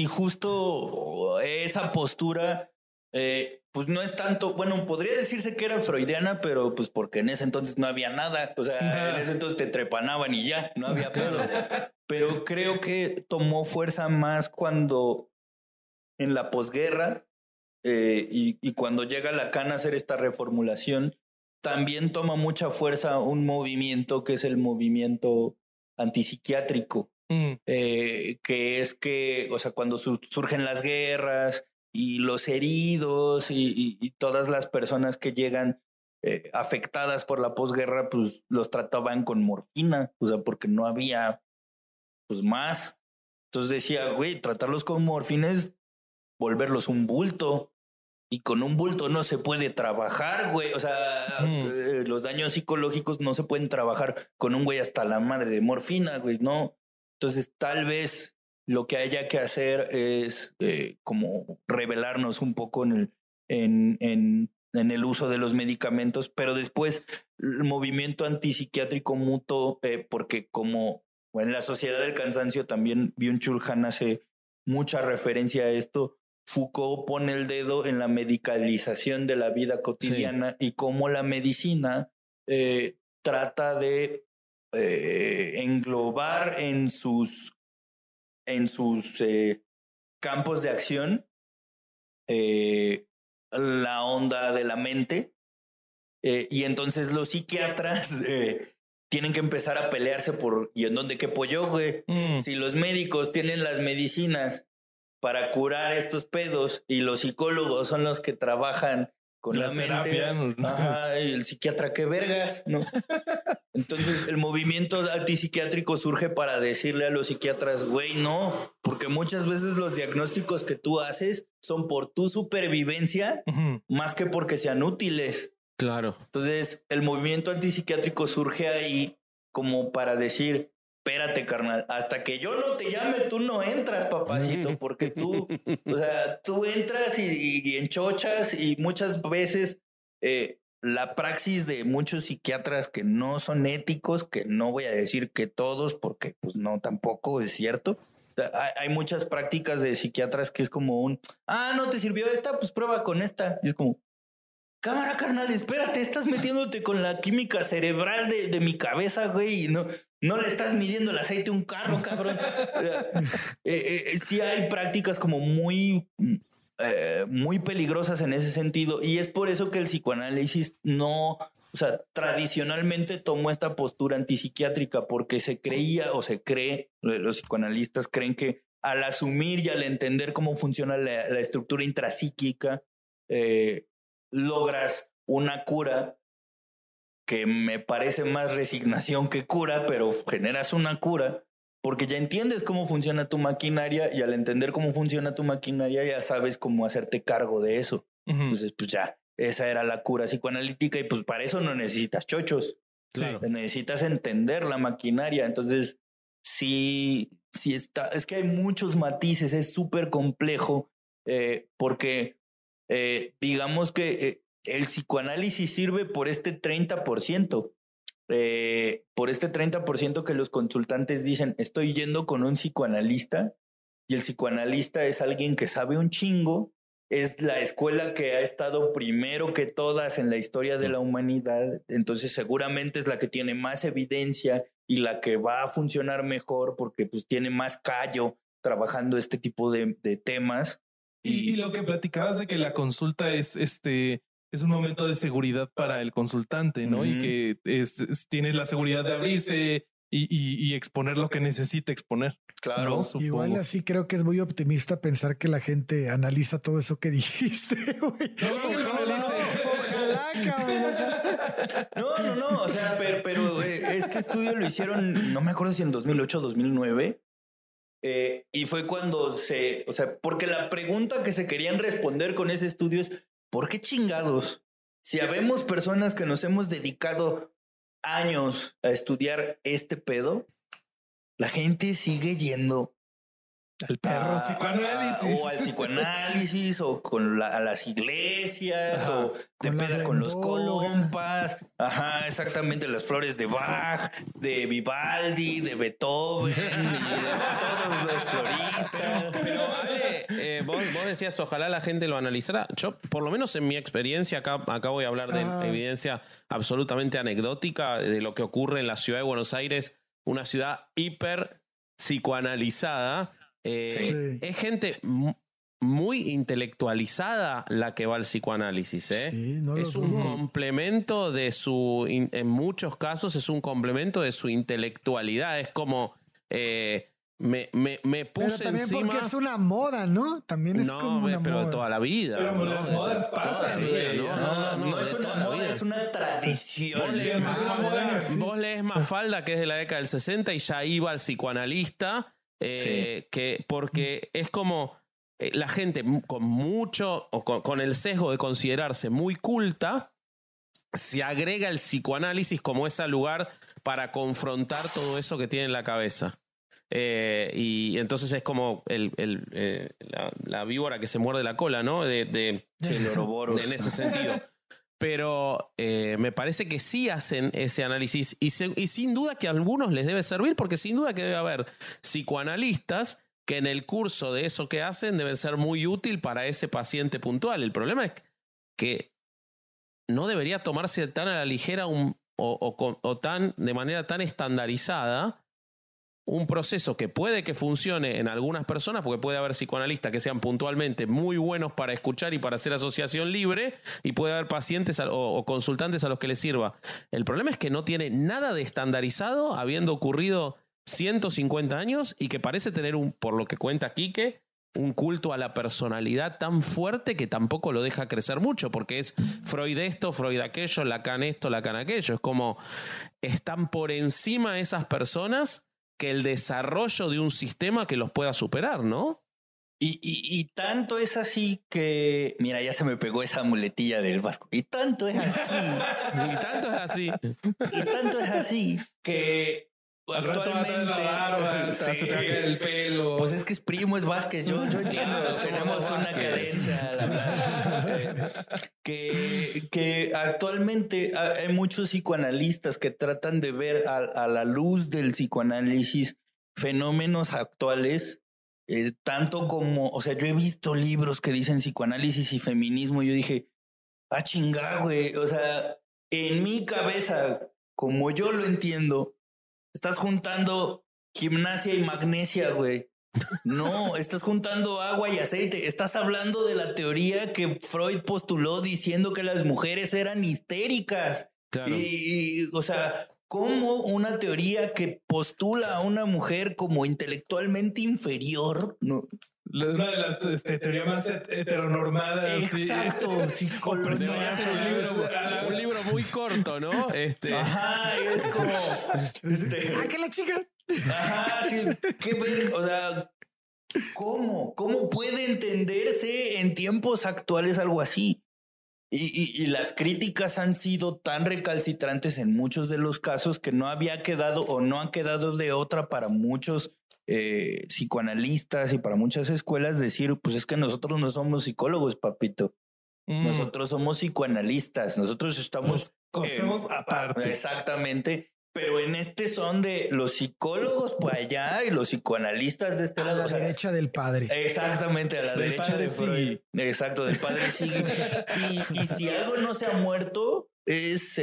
justo esa postura, eh, pues no es tanto, bueno, podría decirse que era freudiana, pero pues porque en ese entonces no había nada. O sea, nah. en ese entonces te trepanaban y ya, no había pedo. Pero creo que tomó fuerza más cuando en la posguerra, Eh, y, y cuando llega Lacan a hacer esta reformulación, también toma mucha fuerza un movimiento que es el movimiento antipsiquiátrico, mm. eh, que es que, o sea, cuando su, surgen las guerras y los heridos y, y, y todas las personas que llegan eh, afectadas por la posguerra, pues los trataban con morfina, o sea, porque no había pues más. Entonces decía, güey, tratarlos con morfina es volverlos un bulto. Y con un bulto no se puede trabajar, güey. O sea, mm. eh, los daños psicológicos no se pueden trabajar con un güey hasta la madre de morfina, güey, no. Entonces, tal vez lo que haya que hacer es eh, como revelarnos un poco en el, en, en, en el uso de los medicamentos, pero después el movimiento antipsiquiátrico mutuo, eh, porque como bueno, en la Sociedad del Cansancio también Byung-Chul Han hace mucha referencia a esto. Foucault pone el dedo en la medicalización de la vida cotidiana sí. y cómo la medicina eh, trata de eh, englobar en sus, en sus eh, campos de acción eh, la onda de la mente. Eh, y entonces los psiquiatras eh, tienen que empezar a pelearse por ¿y en dónde quepo yo, güey? Mm. Si los médicos tienen las medicinas para curar estos pedos y los psicólogos son los que trabajan con la, la mente. Ajá, y el psiquiatra, qué vergas, ¿no? Entonces el movimiento antipsiquiátrico surge para decirle a los psiquiatras, güey, no, porque muchas veces los diagnósticos que tú haces son por tu supervivencia uh-huh. más que porque sean útiles. Claro. Entonces el movimiento antipsiquiátrico surge ahí como para decir, espérate, carnal, hasta que yo no te llame, tú no entras, papacito, porque tú, o sea, tú entras y, y enchochas y muchas veces eh, la praxis de muchos psiquiatras que no son éticos, que no voy a decir que todos, porque pues no, tampoco es cierto. O sea, hay, hay muchas prácticas de psiquiatras que es como un, ah, no te sirvió esta, pues prueba con esta. Y es como, cámara, carnal, espérate, estás metiéndote con la química cerebral de, de mi cabeza, güey, y no, no le estás midiendo el aceite a un carro, cabrón. eh, eh, sí hay prácticas como muy, eh, muy peligrosas en ese sentido, y es por eso que el psicoanálisis no, o sea, tradicionalmente tomó esta postura antipsiquiátrica, porque se creía o se cree, los psicoanalistas creen que al asumir y al entender cómo funciona la, la estructura intrapsíquica, eh, logras una cura que me parece más resignación que cura, pero generas una cura porque ya entiendes cómo funciona tu maquinaria, y al entender cómo funciona tu maquinaria ya sabes cómo hacerte cargo de eso. Uh-huh. Entonces, pues ya, esa era la cura psicoanalítica, y pues para eso no necesitas chochos. Claro. Necesitas entender la maquinaria. Entonces, sí, sí está, es que hay muchos matices, es súper complejo, eh, porque Eh, digamos que eh, el psicoanálisis sirve por este treinta por ciento, eh, por este treinta por ciento que los consultantes dicen, estoy yendo con un psicoanalista, y el psicoanalista es alguien que sabe un chingo, es la escuela que ha estado primero que todas en la historia de la humanidad, entonces seguramente es la que tiene más evidencia y la que va a funcionar mejor porque pues tiene más callo trabajando este tipo de, de temas. Y, y lo que platicabas de que la consulta es este es un momento de seguridad para el consultante, ¿no? Uh-huh. Y que es, es, tiene la seguridad de abrirse y, y, y exponer lo que necesita exponer. Claro. ¿No? Igual así creo que es muy optimista pensar que la gente analiza todo eso que dijiste, güey. No, no, no, no, no. Ojalá, cabrón. No, no, no. O sea, pero, pero este estudio lo hicieron, no me acuerdo si en dos mil ocho o dos mil nueve. Eh, y fue cuando se, o sea, porque la pregunta que se querían responder con ese estudio es, ¿por qué chingados? Si habemos personas que nos hemos dedicado años a estudiar este pedo, la gente sigue yendo al perro a, psicoanálisis. A, o al psicoanálisis o con la, a las iglesias. Ajá, o te peda con los compas. Ajá, exactamente, las flores de Bach, de Vivaldi, de Beethoven, y de todos los floristas. Pero Ale, eh, vos, vos decías ojalá la gente lo analizara. Yo, por lo menos en mi experiencia, acá, acá voy a hablar de ah. evidencia absolutamente anecdótica de lo que ocurre en la ciudad de Buenos Aires, una ciudad hiper psicoanalizada. Eh, sí. Es gente muy intelectualizada la que va al psicoanálisis, ¿eh? Sí, no es un dudo. complemento de su, en muchos casos es un complemento de su intelectualidad. Es como eh, me, me, me puse pero también encima. Porque es una moda, ¿no? También es no, como una pero moda. de toda la vida. Pero ¿no? las modas pasan. Sí, no, no, no, no, no es una moda, es una tradición. Vos lees, Mafalda, sí. vos lees Mafalda, que es de la década del sesenta, y ya iba al psicoanalista. Eh, sí. que porque es como eh, la gente con mucho o con, con el sesgo de considerarse muy culta se agrega el psicoanálisis como ese lugar para confrontar todo eso que tiene en la cabeza, eh, y entonces es como el, el, eh, la, la víbora que se muerde la cola, ¿no? De, de, sí, el Ouroboros. En ese sentido. Pero eh, me parece que sí hacen ese análisis y, se, y sin duda que a algunos les debe servir, porque sin duda que debe haber psicoanalistas que en el curso de eso que hacen deben ser muy útil para ese paciente puntual. El problema es que no debería tomarse tan a la ligera un, o, o, o tan, de manera tan estandarizada un proceso que puede que funcione en algunas personas, porque puede haber psicoanalistas que sean puntualmente muy buenos para escuchar y para hacer asociación libre, y puede haber pacientes o, o consultantes a los que les sirva. El problema es que no tiene nada de estandarizado, habiendo ocurrido ciento cincuenta años, y que parece tener, un, por lo que cuenta Quique, un culto a la personalidad tan fuerte que tampoco lo deja crecer mucho, porque es Freud esto, Freud aquello, Lacan esto, Lacan aquello. Es como están por encima de esas personas que el desarrollo de un sistema que los pueda superar, ¿no? Y, y, y tanto es así que, mira, ya se me pegó esa muletilla del vasco. Y tanto es así. y tanto es así. Y tanto es así que Al actualmente rato la barba, sí. se te cae el pelo. Pues es que es primo, es Vázquez. Yo, yo entiendo. Tenemos una cadencia al hablar. que, que actualmente hay muchos psicoanalistas que tratan de ver a, a la luz del psicoanálisis fenómenos actuales, eh, tanto como, o sea, yo he visto libros que dicen psicoanálisis y feminismo, y yo dije, ah, chingá, güey. O sea, en mi cabeza, como yo lo entiendo, estás juntando gimnasia y magnesia, güey. No, estás juntando agua y aceite. Estás hablando de la teoría que Freud postuló diciendo que las mujeres eran histéricas. Claro. Y, y, o sea, ¿cómo una teoría que postula a una mujer como intelectualmente inferior? No. Una de las este, teorías más heteronormadas. Exacto. Sí, Debería ser un libro, un libro muy corto, ¿no? Este. Ajá, es como. Este, Ah, que la chica. Ajá, sí. ¿Qué ver? O sea, ¿cómo? ¿Cómo puede entenderse en tiempos actuales algo así? Y, y, y las críticas han sido tan recalcitrantes en muchos de los casos que no había quedado o no han quedado de otra para muchos eh, psicoanalistas y para muchas escuelas decir, pues es que nosotros no somos psicólogos, papito. Mm. Nosotros somos psicoanalistas. Nosotros estamos... Cosemos eh, aparte. Exactamente. Pero en este son de los psicólogos por allá y los psicoanalistas de este a lado. A la o sea, derecha del padre. Exactamente, a la del derecha de Freud. Sigue. Exacto, del padre sigue. Y, y si algo no se ha muerto, es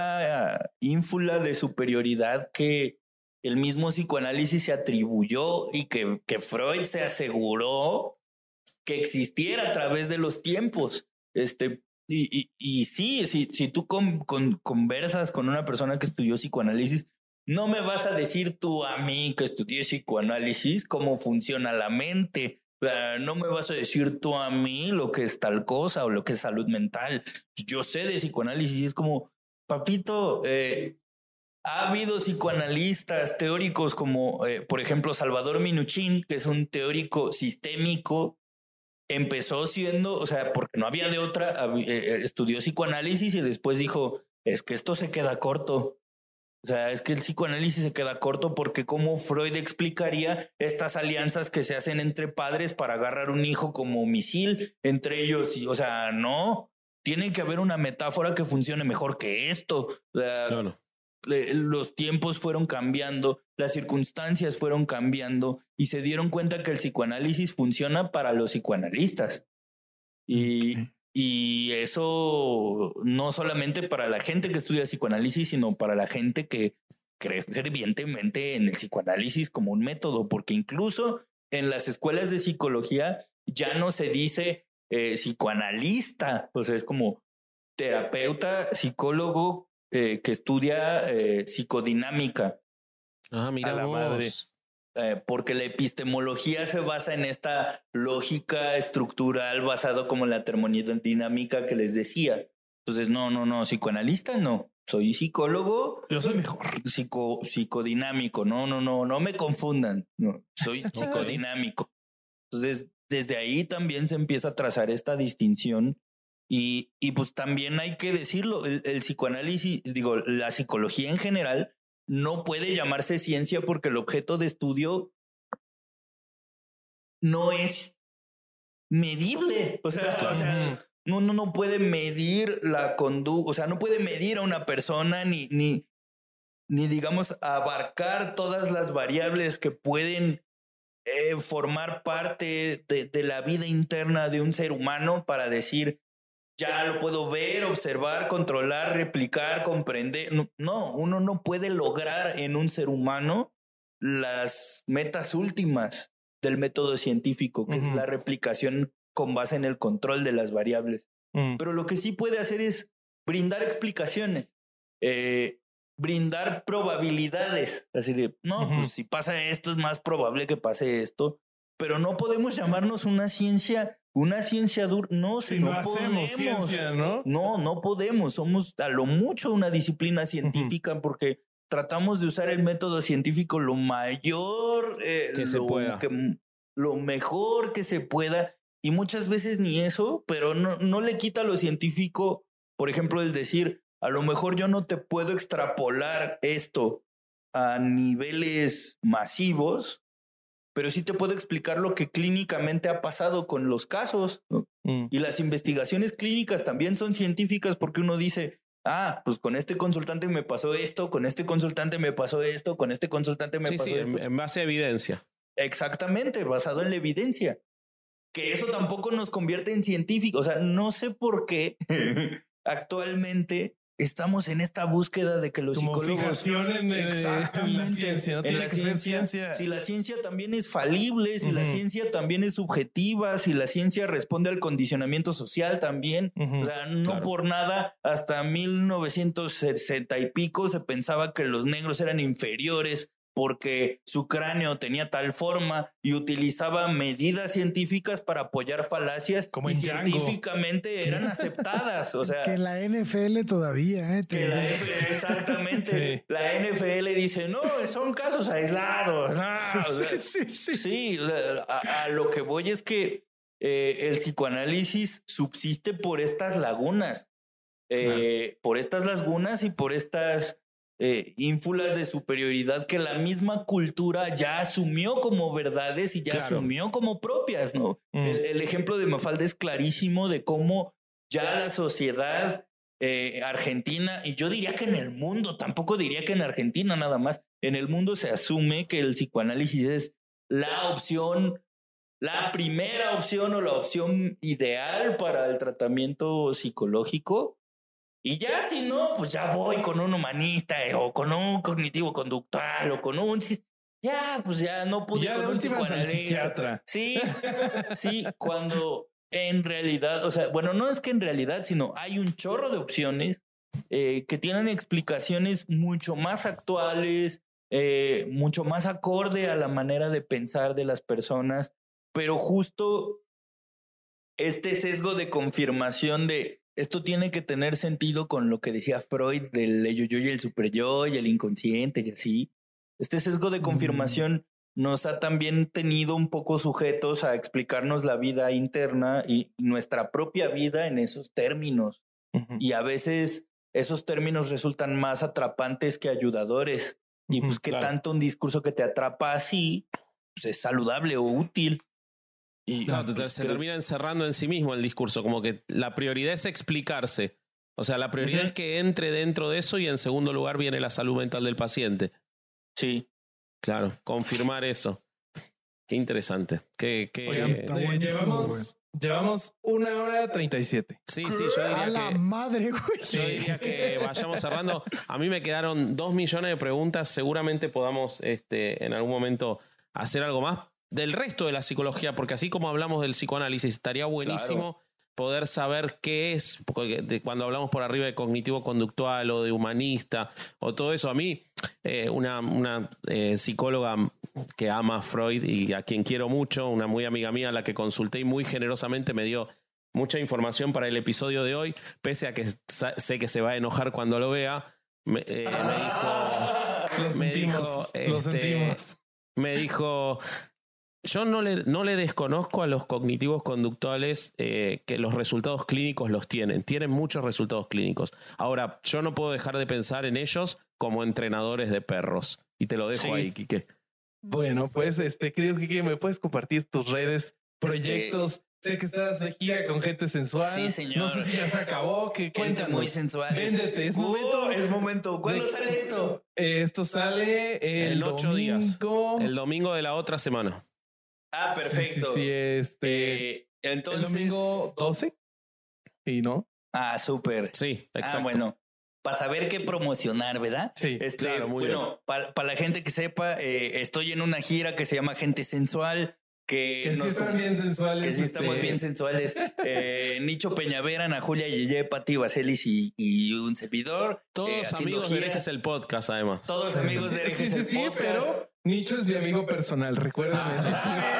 esta ínfula de superioridad que el mismo psicoanálisis se atribuyó y que, que Freud se aseguró que existiera a través de los tiempos. Este, Y, y, y sí, si, si tú con, con, conversas con una persona que estudió psicoanálisis, no me vas a decir tú a mí que estudié psicoanálisis cómo funciona la mente. No me vas a decir tú a mí lo que es tal cosa o lo que es salud mental. Yo sé de psicoanálisis y es como, papito, eh, ha habido psicoanalistas teóricos como, eh, por ejemplo, Salvador Minuchin, que es un teórico sistémico. Empezó siendo, o sea, porque no había de otra, eh, estudió psicoanálisis y después dijo, es que esto se queda corto. O sea, es que el psicoanálisis se queda corto porque cómo Freud explicaría estas alianzas que se hacen entre padres para agarrar un hijo como misil entre ellos. Y, o sea, no, tiene que haber una metáfora que funcione mejor que esto. O sea, claro. Los tiempos fueron cambiando, las circunstancias fueron cambiando y se dieron cuenta que el psicoanálisis funciona para los psicoanalistas. Y, okay. y eso no solamente para la gente que estudia psicoanálisis, sino para la gente que cree fervientemente en el psicoanálisis como un método, porque incluso en las escuelas de psicología ya no se dice eh, psicoanalista, o sea, es como terapeuta, psicólogo, Eh, que estudia eh, psicodinámica. Ah, mira, a la madre. Eh, porque la epistemología se basa en esta lógica estructural basado como en la termodinámica que les decía. Entonces, no, no, no, psicoanalista no. Soy psicólogo. Yo soy mejor. Psico, psicodinámico. No, no, no, no me confundan. No, soy psicodinámico. Entonces, desde ahí también se empieza a trazar esta distinción. Y, y pues también hay que decirlo, el, el psicoanálisis, digo, la psicología en general no puede llamarse ciencia porque el objeto de estudio no es medible. O sea, o sea no, no, no puede medir la conducta, o sea, no puede medir a una persona ni, ni, ni digamos, abarcar todas las variables que pueden eh, formar parte de, de la vida interna de un ser humano para decir, ya lo puedo ver, observar, controlar, replicar, comprender. No, no, uno no puede lograr en un ser humano las metas últimas del método científico, que uh-huh. es la replicación con base en el control de las variables. Uh-huh. Pero lo que sí puede hacer es brindar explicaciones, eh, brindar probabilidades. Así de, no, uh-huh. pues si pasa esto es más probable que pase esto. Pero no podemos llamarnos una ciencia... Una ciencia dura, no, si no, no podemos. Ciencia, ¿no? no, no podemos. Somos a lo mucho una disciplina científica uh-huh. porque tratamos de usar el método científico lo mayor eh, que lo, se pueda, que, lo mejor que se pueda. Y muchas veces ni eso, pero no, no le quita a lo científico, por ejemplo, el decir, a lo mejor yo no te puedo extrapolar esto a niveles masivos, pero sí te puedo explicar lo que clínicamente ha pasado con los casos, ¿no? Mm. Y las investigaciones clínicas también son científicas porque uno dice, ah, pues con este consultante me pasó esto, con este consultante me pasó esto, con este consultante me sí, pasó sí, esto. En, en base a evidencia. Exactamente, basado en la evidencia. que eso tampoco nos convierte en científicos. O sea, no sé por qué actualmente estamos en esta búsqueda de que los Como psicólogos fijación en, eh, exactamente en la ciencia, no en tiene la que ser ciencia, ciencia. si la ciencia también es falible, si Ujú. la ciencia también es subjetiva, si la ciencia responde al condicionamiento social también. Ujú, O sea, no claro. por nada hasta mil novecientos sesenta y pico se pensaba que los negros eran inferiores porque su cráneo tenía tal forma y utilizaba medidas científicas para apoyar falacias Como y en Django. científicamente eran aceptadas. O sea, Que en la N F L todavía, ¿eh? Te que la diré. F- exactamente. Sí. La N F L dice, no, son casos aislados. No. O sea, Sí, sí, sí. sí, la- a, a lo que voy es que eh, el psicoanálisis subsiste por estas lagunas, eh, por estas lagunas y por estas eh, ínfulas de superioridad que la misma cultura ya asumió como verdades y ya Claro. asumió como propias, ¿no? Mm. El, el ejemplo de Mafalda es clarísimo de cómo ya la sociedad eh, argentina, y yo diría que en el mundo, tampoco diría que en Argentina nada más, en el mundo se asume que el psicoanálisis es la opción, la primera opción o la opción ideal para el tratamiento psicológico. Y ya si no, pues ya voy con un humanista eh, o con un cognitivo conductual o con un... sis- Ya, pues ya no pude Ya con de un últimas al psicoanalista. psiquiatra. Sí, sí, cuando en realidad, o sea, bueno, no es que en realidad, sino hay un chorro de opciones eh, que tienen explicaciones mucho más actuales, eh, mucho más acorde a la manera de pensar de las personas, pero justo este sesgo de confirmación de esto tiene que tener sentido con lo que decía Freud del yo yo y el super yo y el inconsciente y así. Este sesgo de confirmación nos ha también tenido un poco sujetos a explicarnos la vida interna y nuestra propia vida en esos términos. Ujú. Y a veces esos términos resultan más atrapantes que ayudadores. Y Ujú, pues qué claro. tanto un discurso que te atrapa así pues es saludable o útil. Y Claro, te- pues, se creo- termina encerrando en sí mismo el discurso, como que la prioridad es explicarse. O sea, la prioridad Ujú. es que entre dentro de eso y en segundo lugar viene la salud mental del paciente. Sí. Claro, confirmar eso. Qué interesante. Qué, qué- Oigan, está eh, buenísimo, llevamos, llevamos una hora treinta y siete. Sí, sí, yo A diría la que... madre, güey. Yo diría que vayamos cerrando. A mí me quedaron dos millones de preguntas. Seguramente podamos este, en algún momento hacer algo más del resto de la psicología, porque así como hablamos del psicoanálisis, estaría buenísimo poder saber qué es, porque de- cuando hablamos por arriba de cognitivo-conductual o de humanista o todo eso. A mí, eh, una, una eh, psicóloga que ama a Freud y a quien quiero mucho, una muy amiga mía a la que consulté y muy generosamente me dio mucha información para el episodio de hoy, pese a que sa- sé que se va a enojar cuando lo vea. Me, eh, me dijo... Lo me sentimos, dijo, lo este, sentimos. Me dijo, yo no le, no le desconozco a los cognitivos conductuales eh, que los resultados clínicos los tienen. Tienen muchos resultados clínicos. Ahora, yo no puedo dejar de pensar en ellos como entrenadores de perros. Y te lo dejo Sí. ahí, Quique. Bueno, pues, este, querido Kike, ¿me puedes compartir tus redes, proyectos? Sé que estás de gira con gente sensual. Sí, señor. No sé si ya se acabó. Que Gente cuéntanos. muy sensual. Véndete, es Uh, momento. Es momento. ¿Cuándo de- sale esto? Eh, esto sale el En ocho domingo. días. El domingo de la otra semana. Ah, perfecto. Sí, sí, sí, este. Eh, entonces. el domingo doce. Sí, ¿no? Ah, súper. Sí, exacto. Ah, bueno. Para saber qué promocionar, ¿verdad? Sí, Este, claro, muy bueno, para la gente que sepa, eh, estoy en una gira que se llama Gente Sensual. Que, Que sí nos- están bien sensuales. que sí estamos este, bien sensuales. Eh, Nicho Peñavera, Ana Julia Yeye, Pati Vaselis y, y un servidor. Todos eh, haciendo amigos de gira. Herejes el podcast, además. Todos amigos de Sí, Herejes sí, el sí, podcast. pero Nicho es mi amigo personal, recuerden eso.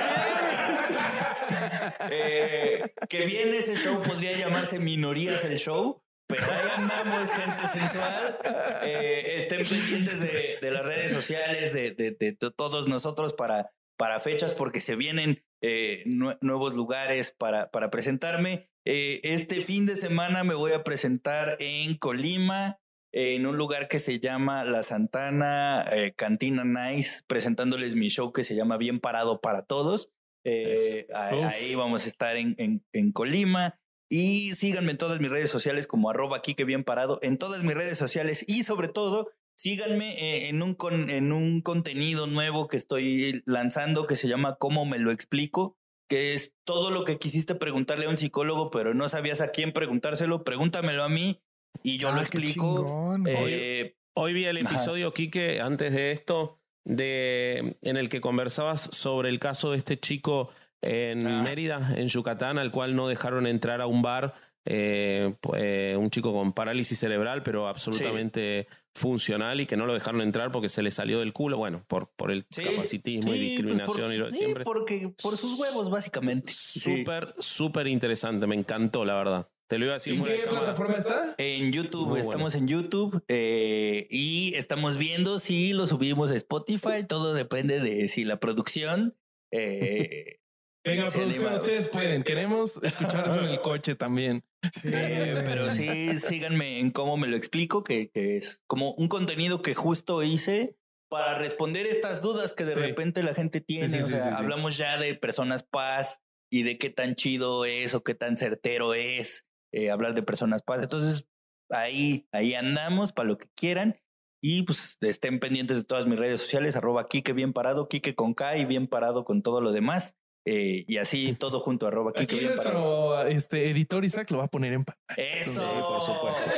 Eh, que bien ese show podría llamarse Minorías el Show, pero ahí andamos, gente sensual. Eh, estén pendientes de, de las redes sociales de, de, de to- todos nosotros para, para fechas, porque se vienen eh, nue- nuevos lugares para, para presentarme. Eh, este fin de semana me voy a presentar en Colima, en un lugar que se llama La Santana eh, Cantina Nice, presentándoles mi show que se llama Bien Parado para Todos. Eh, ahí, Uf. ahí vamos a estar en, en, en Colima. Y síganme en todas mis redes sociales como arroba Quique Bien Parado, en todas mis redes sociales. Y sobre todo, síganme eh, en, un con, en un contenido nuevo que estoy lanzando que se llama ¿Cómo me lo explico? que es todo lo que quisiste preguntarle a un psicólogo, pero no sabías a quién preguntárselo, pregúntamelo a mí y yo Ah, lo qué explico. chingón. Eh, Hoy vi el Ajá. episodio, Quique, antes de esto, de, en el que conversabas sobre el caso de este chico en Ah. Mérida, en Yucatán, al cual no dejaron entrar a un bar. Eh, eh, un chico con parálisis cerebral, pero absolutamente funcional, y que no lo dejaron entrar porque se le salió del culo, bueno, por, por el Sí, capacitismo y sí, discriminación pues por- y lo de sí, siempre. porque por sus huevos, básicamente. Sí. Súper, súper interesante, me encantó, la verdad. Te lo iba a decir ¿En fuera qué de cámara. plataforma está? En YouTube, Muy estamos en YouTube eh, y estamos viendo si lo subimos a Spotify. Todo depende de si la producción. Eh, Venga, se producción, anima. ustedes pueden. Queremos escuchar eso en el coche también. Sí, eh, güey. pero sí, síganme en cómo me lo explico, que, que es como un contenido que justo hice para responder estas dudas que de Sí. repente la gente tiene. Sí, sí, o sí, sea, sí, sí. hablamos ya de personas paz y de qué tan chido es o qué tan certero es eh, hablar de personas paz. Entonces, ahí, ahí andamos para lo que quieran. Y pues estén pendientes de todas mis redes sociales, arroba Quique bien parado, Quique con K y bien parado con todo lo demás. Eh, y así todo junto, arroba Quique Aquí bien parado. nuestro este, editor Isaac lo va a poner en pantalla. Eso, Sí, por supuesto.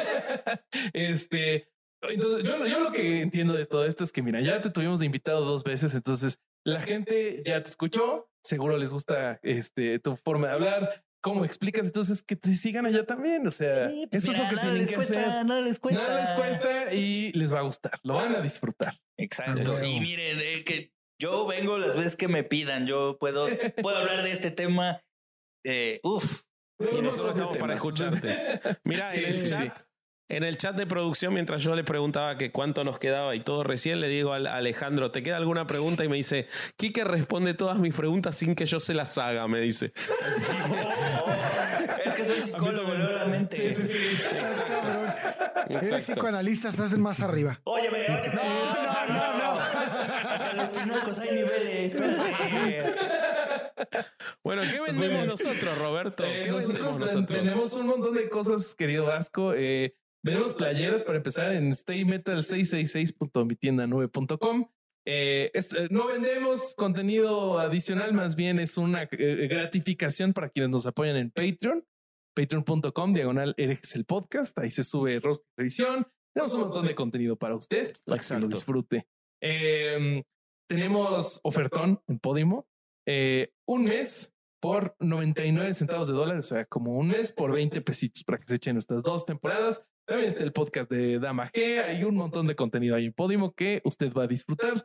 Este, entonces, yo, yo lo que entiendo de todo esto es que, mira, ya te tuvimos de invitado dos veces, entonces la gente ya te escuchó, seguro les gusta este, tu forma de hablar, cómo explicas, entonces que te sigan allá también. O sea, Sí, pues eso mira, es lo que nada tienen les que cuesta, hacer. Nada les cuesta. Nada les cuesta y les va a gustar, lo van a disfrutar. Exacto. Huevo. Y miren, eh, que yo vengo las veces que me pidan, yo puedo, puedo hablar de este tema. Eh, uf. Y Un nosotros montón de estamos para temas. escucharte. Mira, Sí, en el sí, chat, sí. en el chat de producción, mientras yo le preguntaba que cuánto nos quedaba y todo, recién le digo al a Alejandro, ¿te queda alguna pregunta? Y me dice, Quique responde todas mis preguntas sin que yo se las haga, me dice. Es que soy psicólogo, nuevamente. Sí, sí, sí. Estás cabrón. Eres Exacto. psicoanalista, estás más arriba. Óyeme, óyeme. No, no, no, no. Hasta los tinocos hay niveles. Espérate. Bueno, ¿qué Pues vendemos muy bien. nosotros, Roberto? Eh, ¿Qué vendemos nosotros nosotros? tenemos un montón de cosas, querido Vasco. Eh, vendemos playeras para empezar en stay metal seiscientos sesenta y seis punto mi tienda nube punto com. Eh, es- eh, no vendemos contenido adicional, más bien es una eh, gratificación para quienes nos apoyan en Patreon. Patreon punto com diagonal herejes el podcast. Ahí se sube rostro de revisión. Tenemos un montón de contenido para usted, para que Exacto. lo disfrute. Eh, tenemos ofertón en Podimo. Eh, un mes por noventa y nueve centavos de dólar, o sea, como un mes por veinte pesitos para que se echen nuestras dos temporadas. También está el podcast de Dama G. Hay un montón de contenido ahí en Podimo que usted va a disfrutar.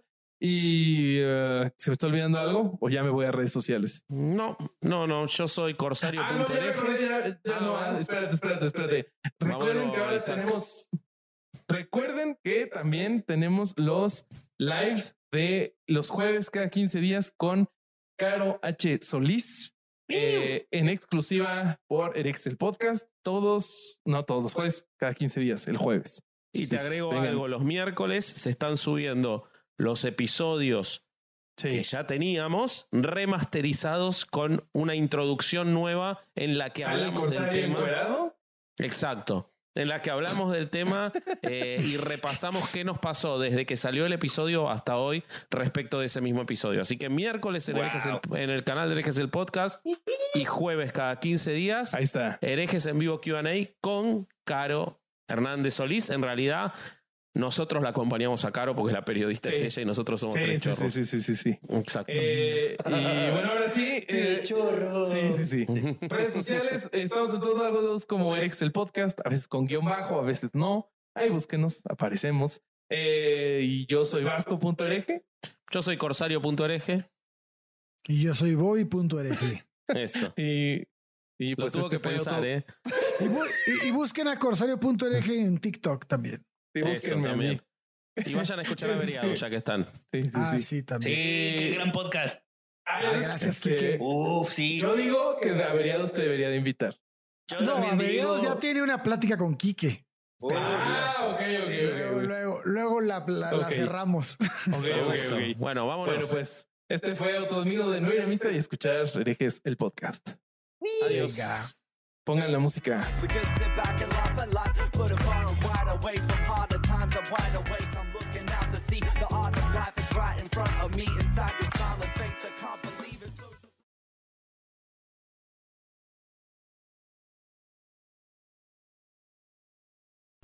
Y uh, ¿se me está olvidando algo? O ya me voy a redes sociales. No, no, no, yo soy Ah, no, corsario.eje. ya me acordé, ya- ya no, ah, espérate, espérate, espérate. Recuerden que ahora Isaac. tenemos. Recuerden que también tenemos los lives de los jueves cada quince días con Caro H. Solís eh, en exclusiva por Erex el podcast. Todos, no todos los jueves, cada quince días, el jueves. Y te Entonces, agrego vengan. algo, los miércoles se están subiendo los episodios Sí. que ya teníamos remasterizados con una introducción nueva en la que ¿Sale el hablamos del corsario tema. encuerado? Exacto. En la que hablamos del tema eh, y repasamos qué nos pasó desde que salió el episodio hasta hoy respecto de ese mismo episodio. Así que miércoles en, Wow. Herejes el- en el canal de Herejes el Podcast y jueves cada quince días Ahí está. Herejes en vivo Q and A con Caro Hernández Solís. En realidad, nosotros la acompañamos a Caro porque la periodista Sí. es ella y nosotros somos Sí, tres sí, chorros. sí, sí, sí, sí, sí. Exacto. Eh, y bueno, ahora sí. eh, Chorro. Sí, sí, sí. Redes sociales, eh, estamos en todos lados como Erex el podcast, a veces con guión bajo, a veces no. Ahí búsquenos, aparecemos. Eh, y yo soy Vasco.ereje. Yo soy corsario.hereje. Y yo soy Bobby.ereje. Eso. Y, y Lo pues tuvo este que fue pensar, otro- ¿eh? Y, bu- y- y busquen a Corsario.ereje en TikTok también. Sí, Eso búsquenme a mí. también. Y vayan a escuchar a Veriado, Sí. ya que están. Sí, sí, Ah, sí. sí, Sí, también. qué gran podcast. Ah, Ah, gracias, este, Quique. Uf, sí. Yo digo que a Veriados te debería de invitar. Yo No, también Averiados digo. ya tiene una plática con Quique. Ah, ok, ok, Luego, ok. luego, luego la, la- la Ok. cerramos. Ok, ok, Perfecto. ok. Bueno, vámonos. Bueno, pues este fue otro domingo de no ir a misa y escuchar Herejes el podcast. Adiós. Venga. Pongan la música. We just sit back and laugh at life, put it far and wide away from harder times. I'm wide awake, I'm looking out to see the art of life is right in front of me inside this smiling face. I can't believe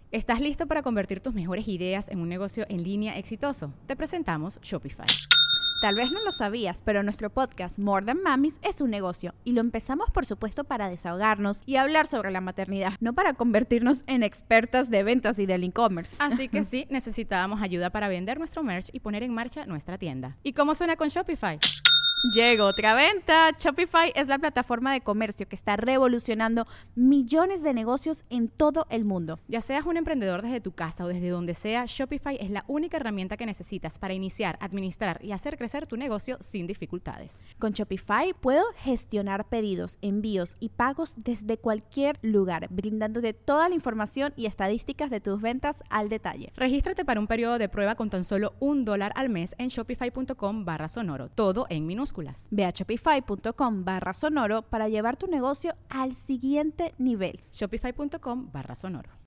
¿Estás listo para convertir tus mejores ideas en un negocio en línea exitoso? Te presentamos Shopify. Tal vez no lo sabías, pero nuestro podcast More Than Mamis es un negocio y lo empezamos por supuesto para desahogarnos y hablar sobre la maternidad, no para convertirnos en expertas de ventas y del e-commerce. Así que sí, necesitábamos ayuda para vender nuestro merch y poner en marcha nuestra tienda. ¿Y cómo suena con Shopify? Llegó otra venta. Shopify es la plataforma de comercio que está revolucionando millones de negocios en todo el mundo. Ya seas un emprendedor desde tu casa o desde donde sea, Shopify es la única herramienta que necesitas para iniciar, administrar y hacer crecer tu negocio sin dificultades. Con Shopify puedo gestionar pedidos, envíos y pagos desde cualquier lugar, brindándote toda la información y estadísticas de tus ventas al detalle. Regístrate para un periodo de prueba con tan solo un dólar al mes en shopify.com barra sonoro, todo en minúsculas. Ve a shopify.com barra sonoro para llevar tu negocio al siguiente nivel. Shopify.com barra sonoro.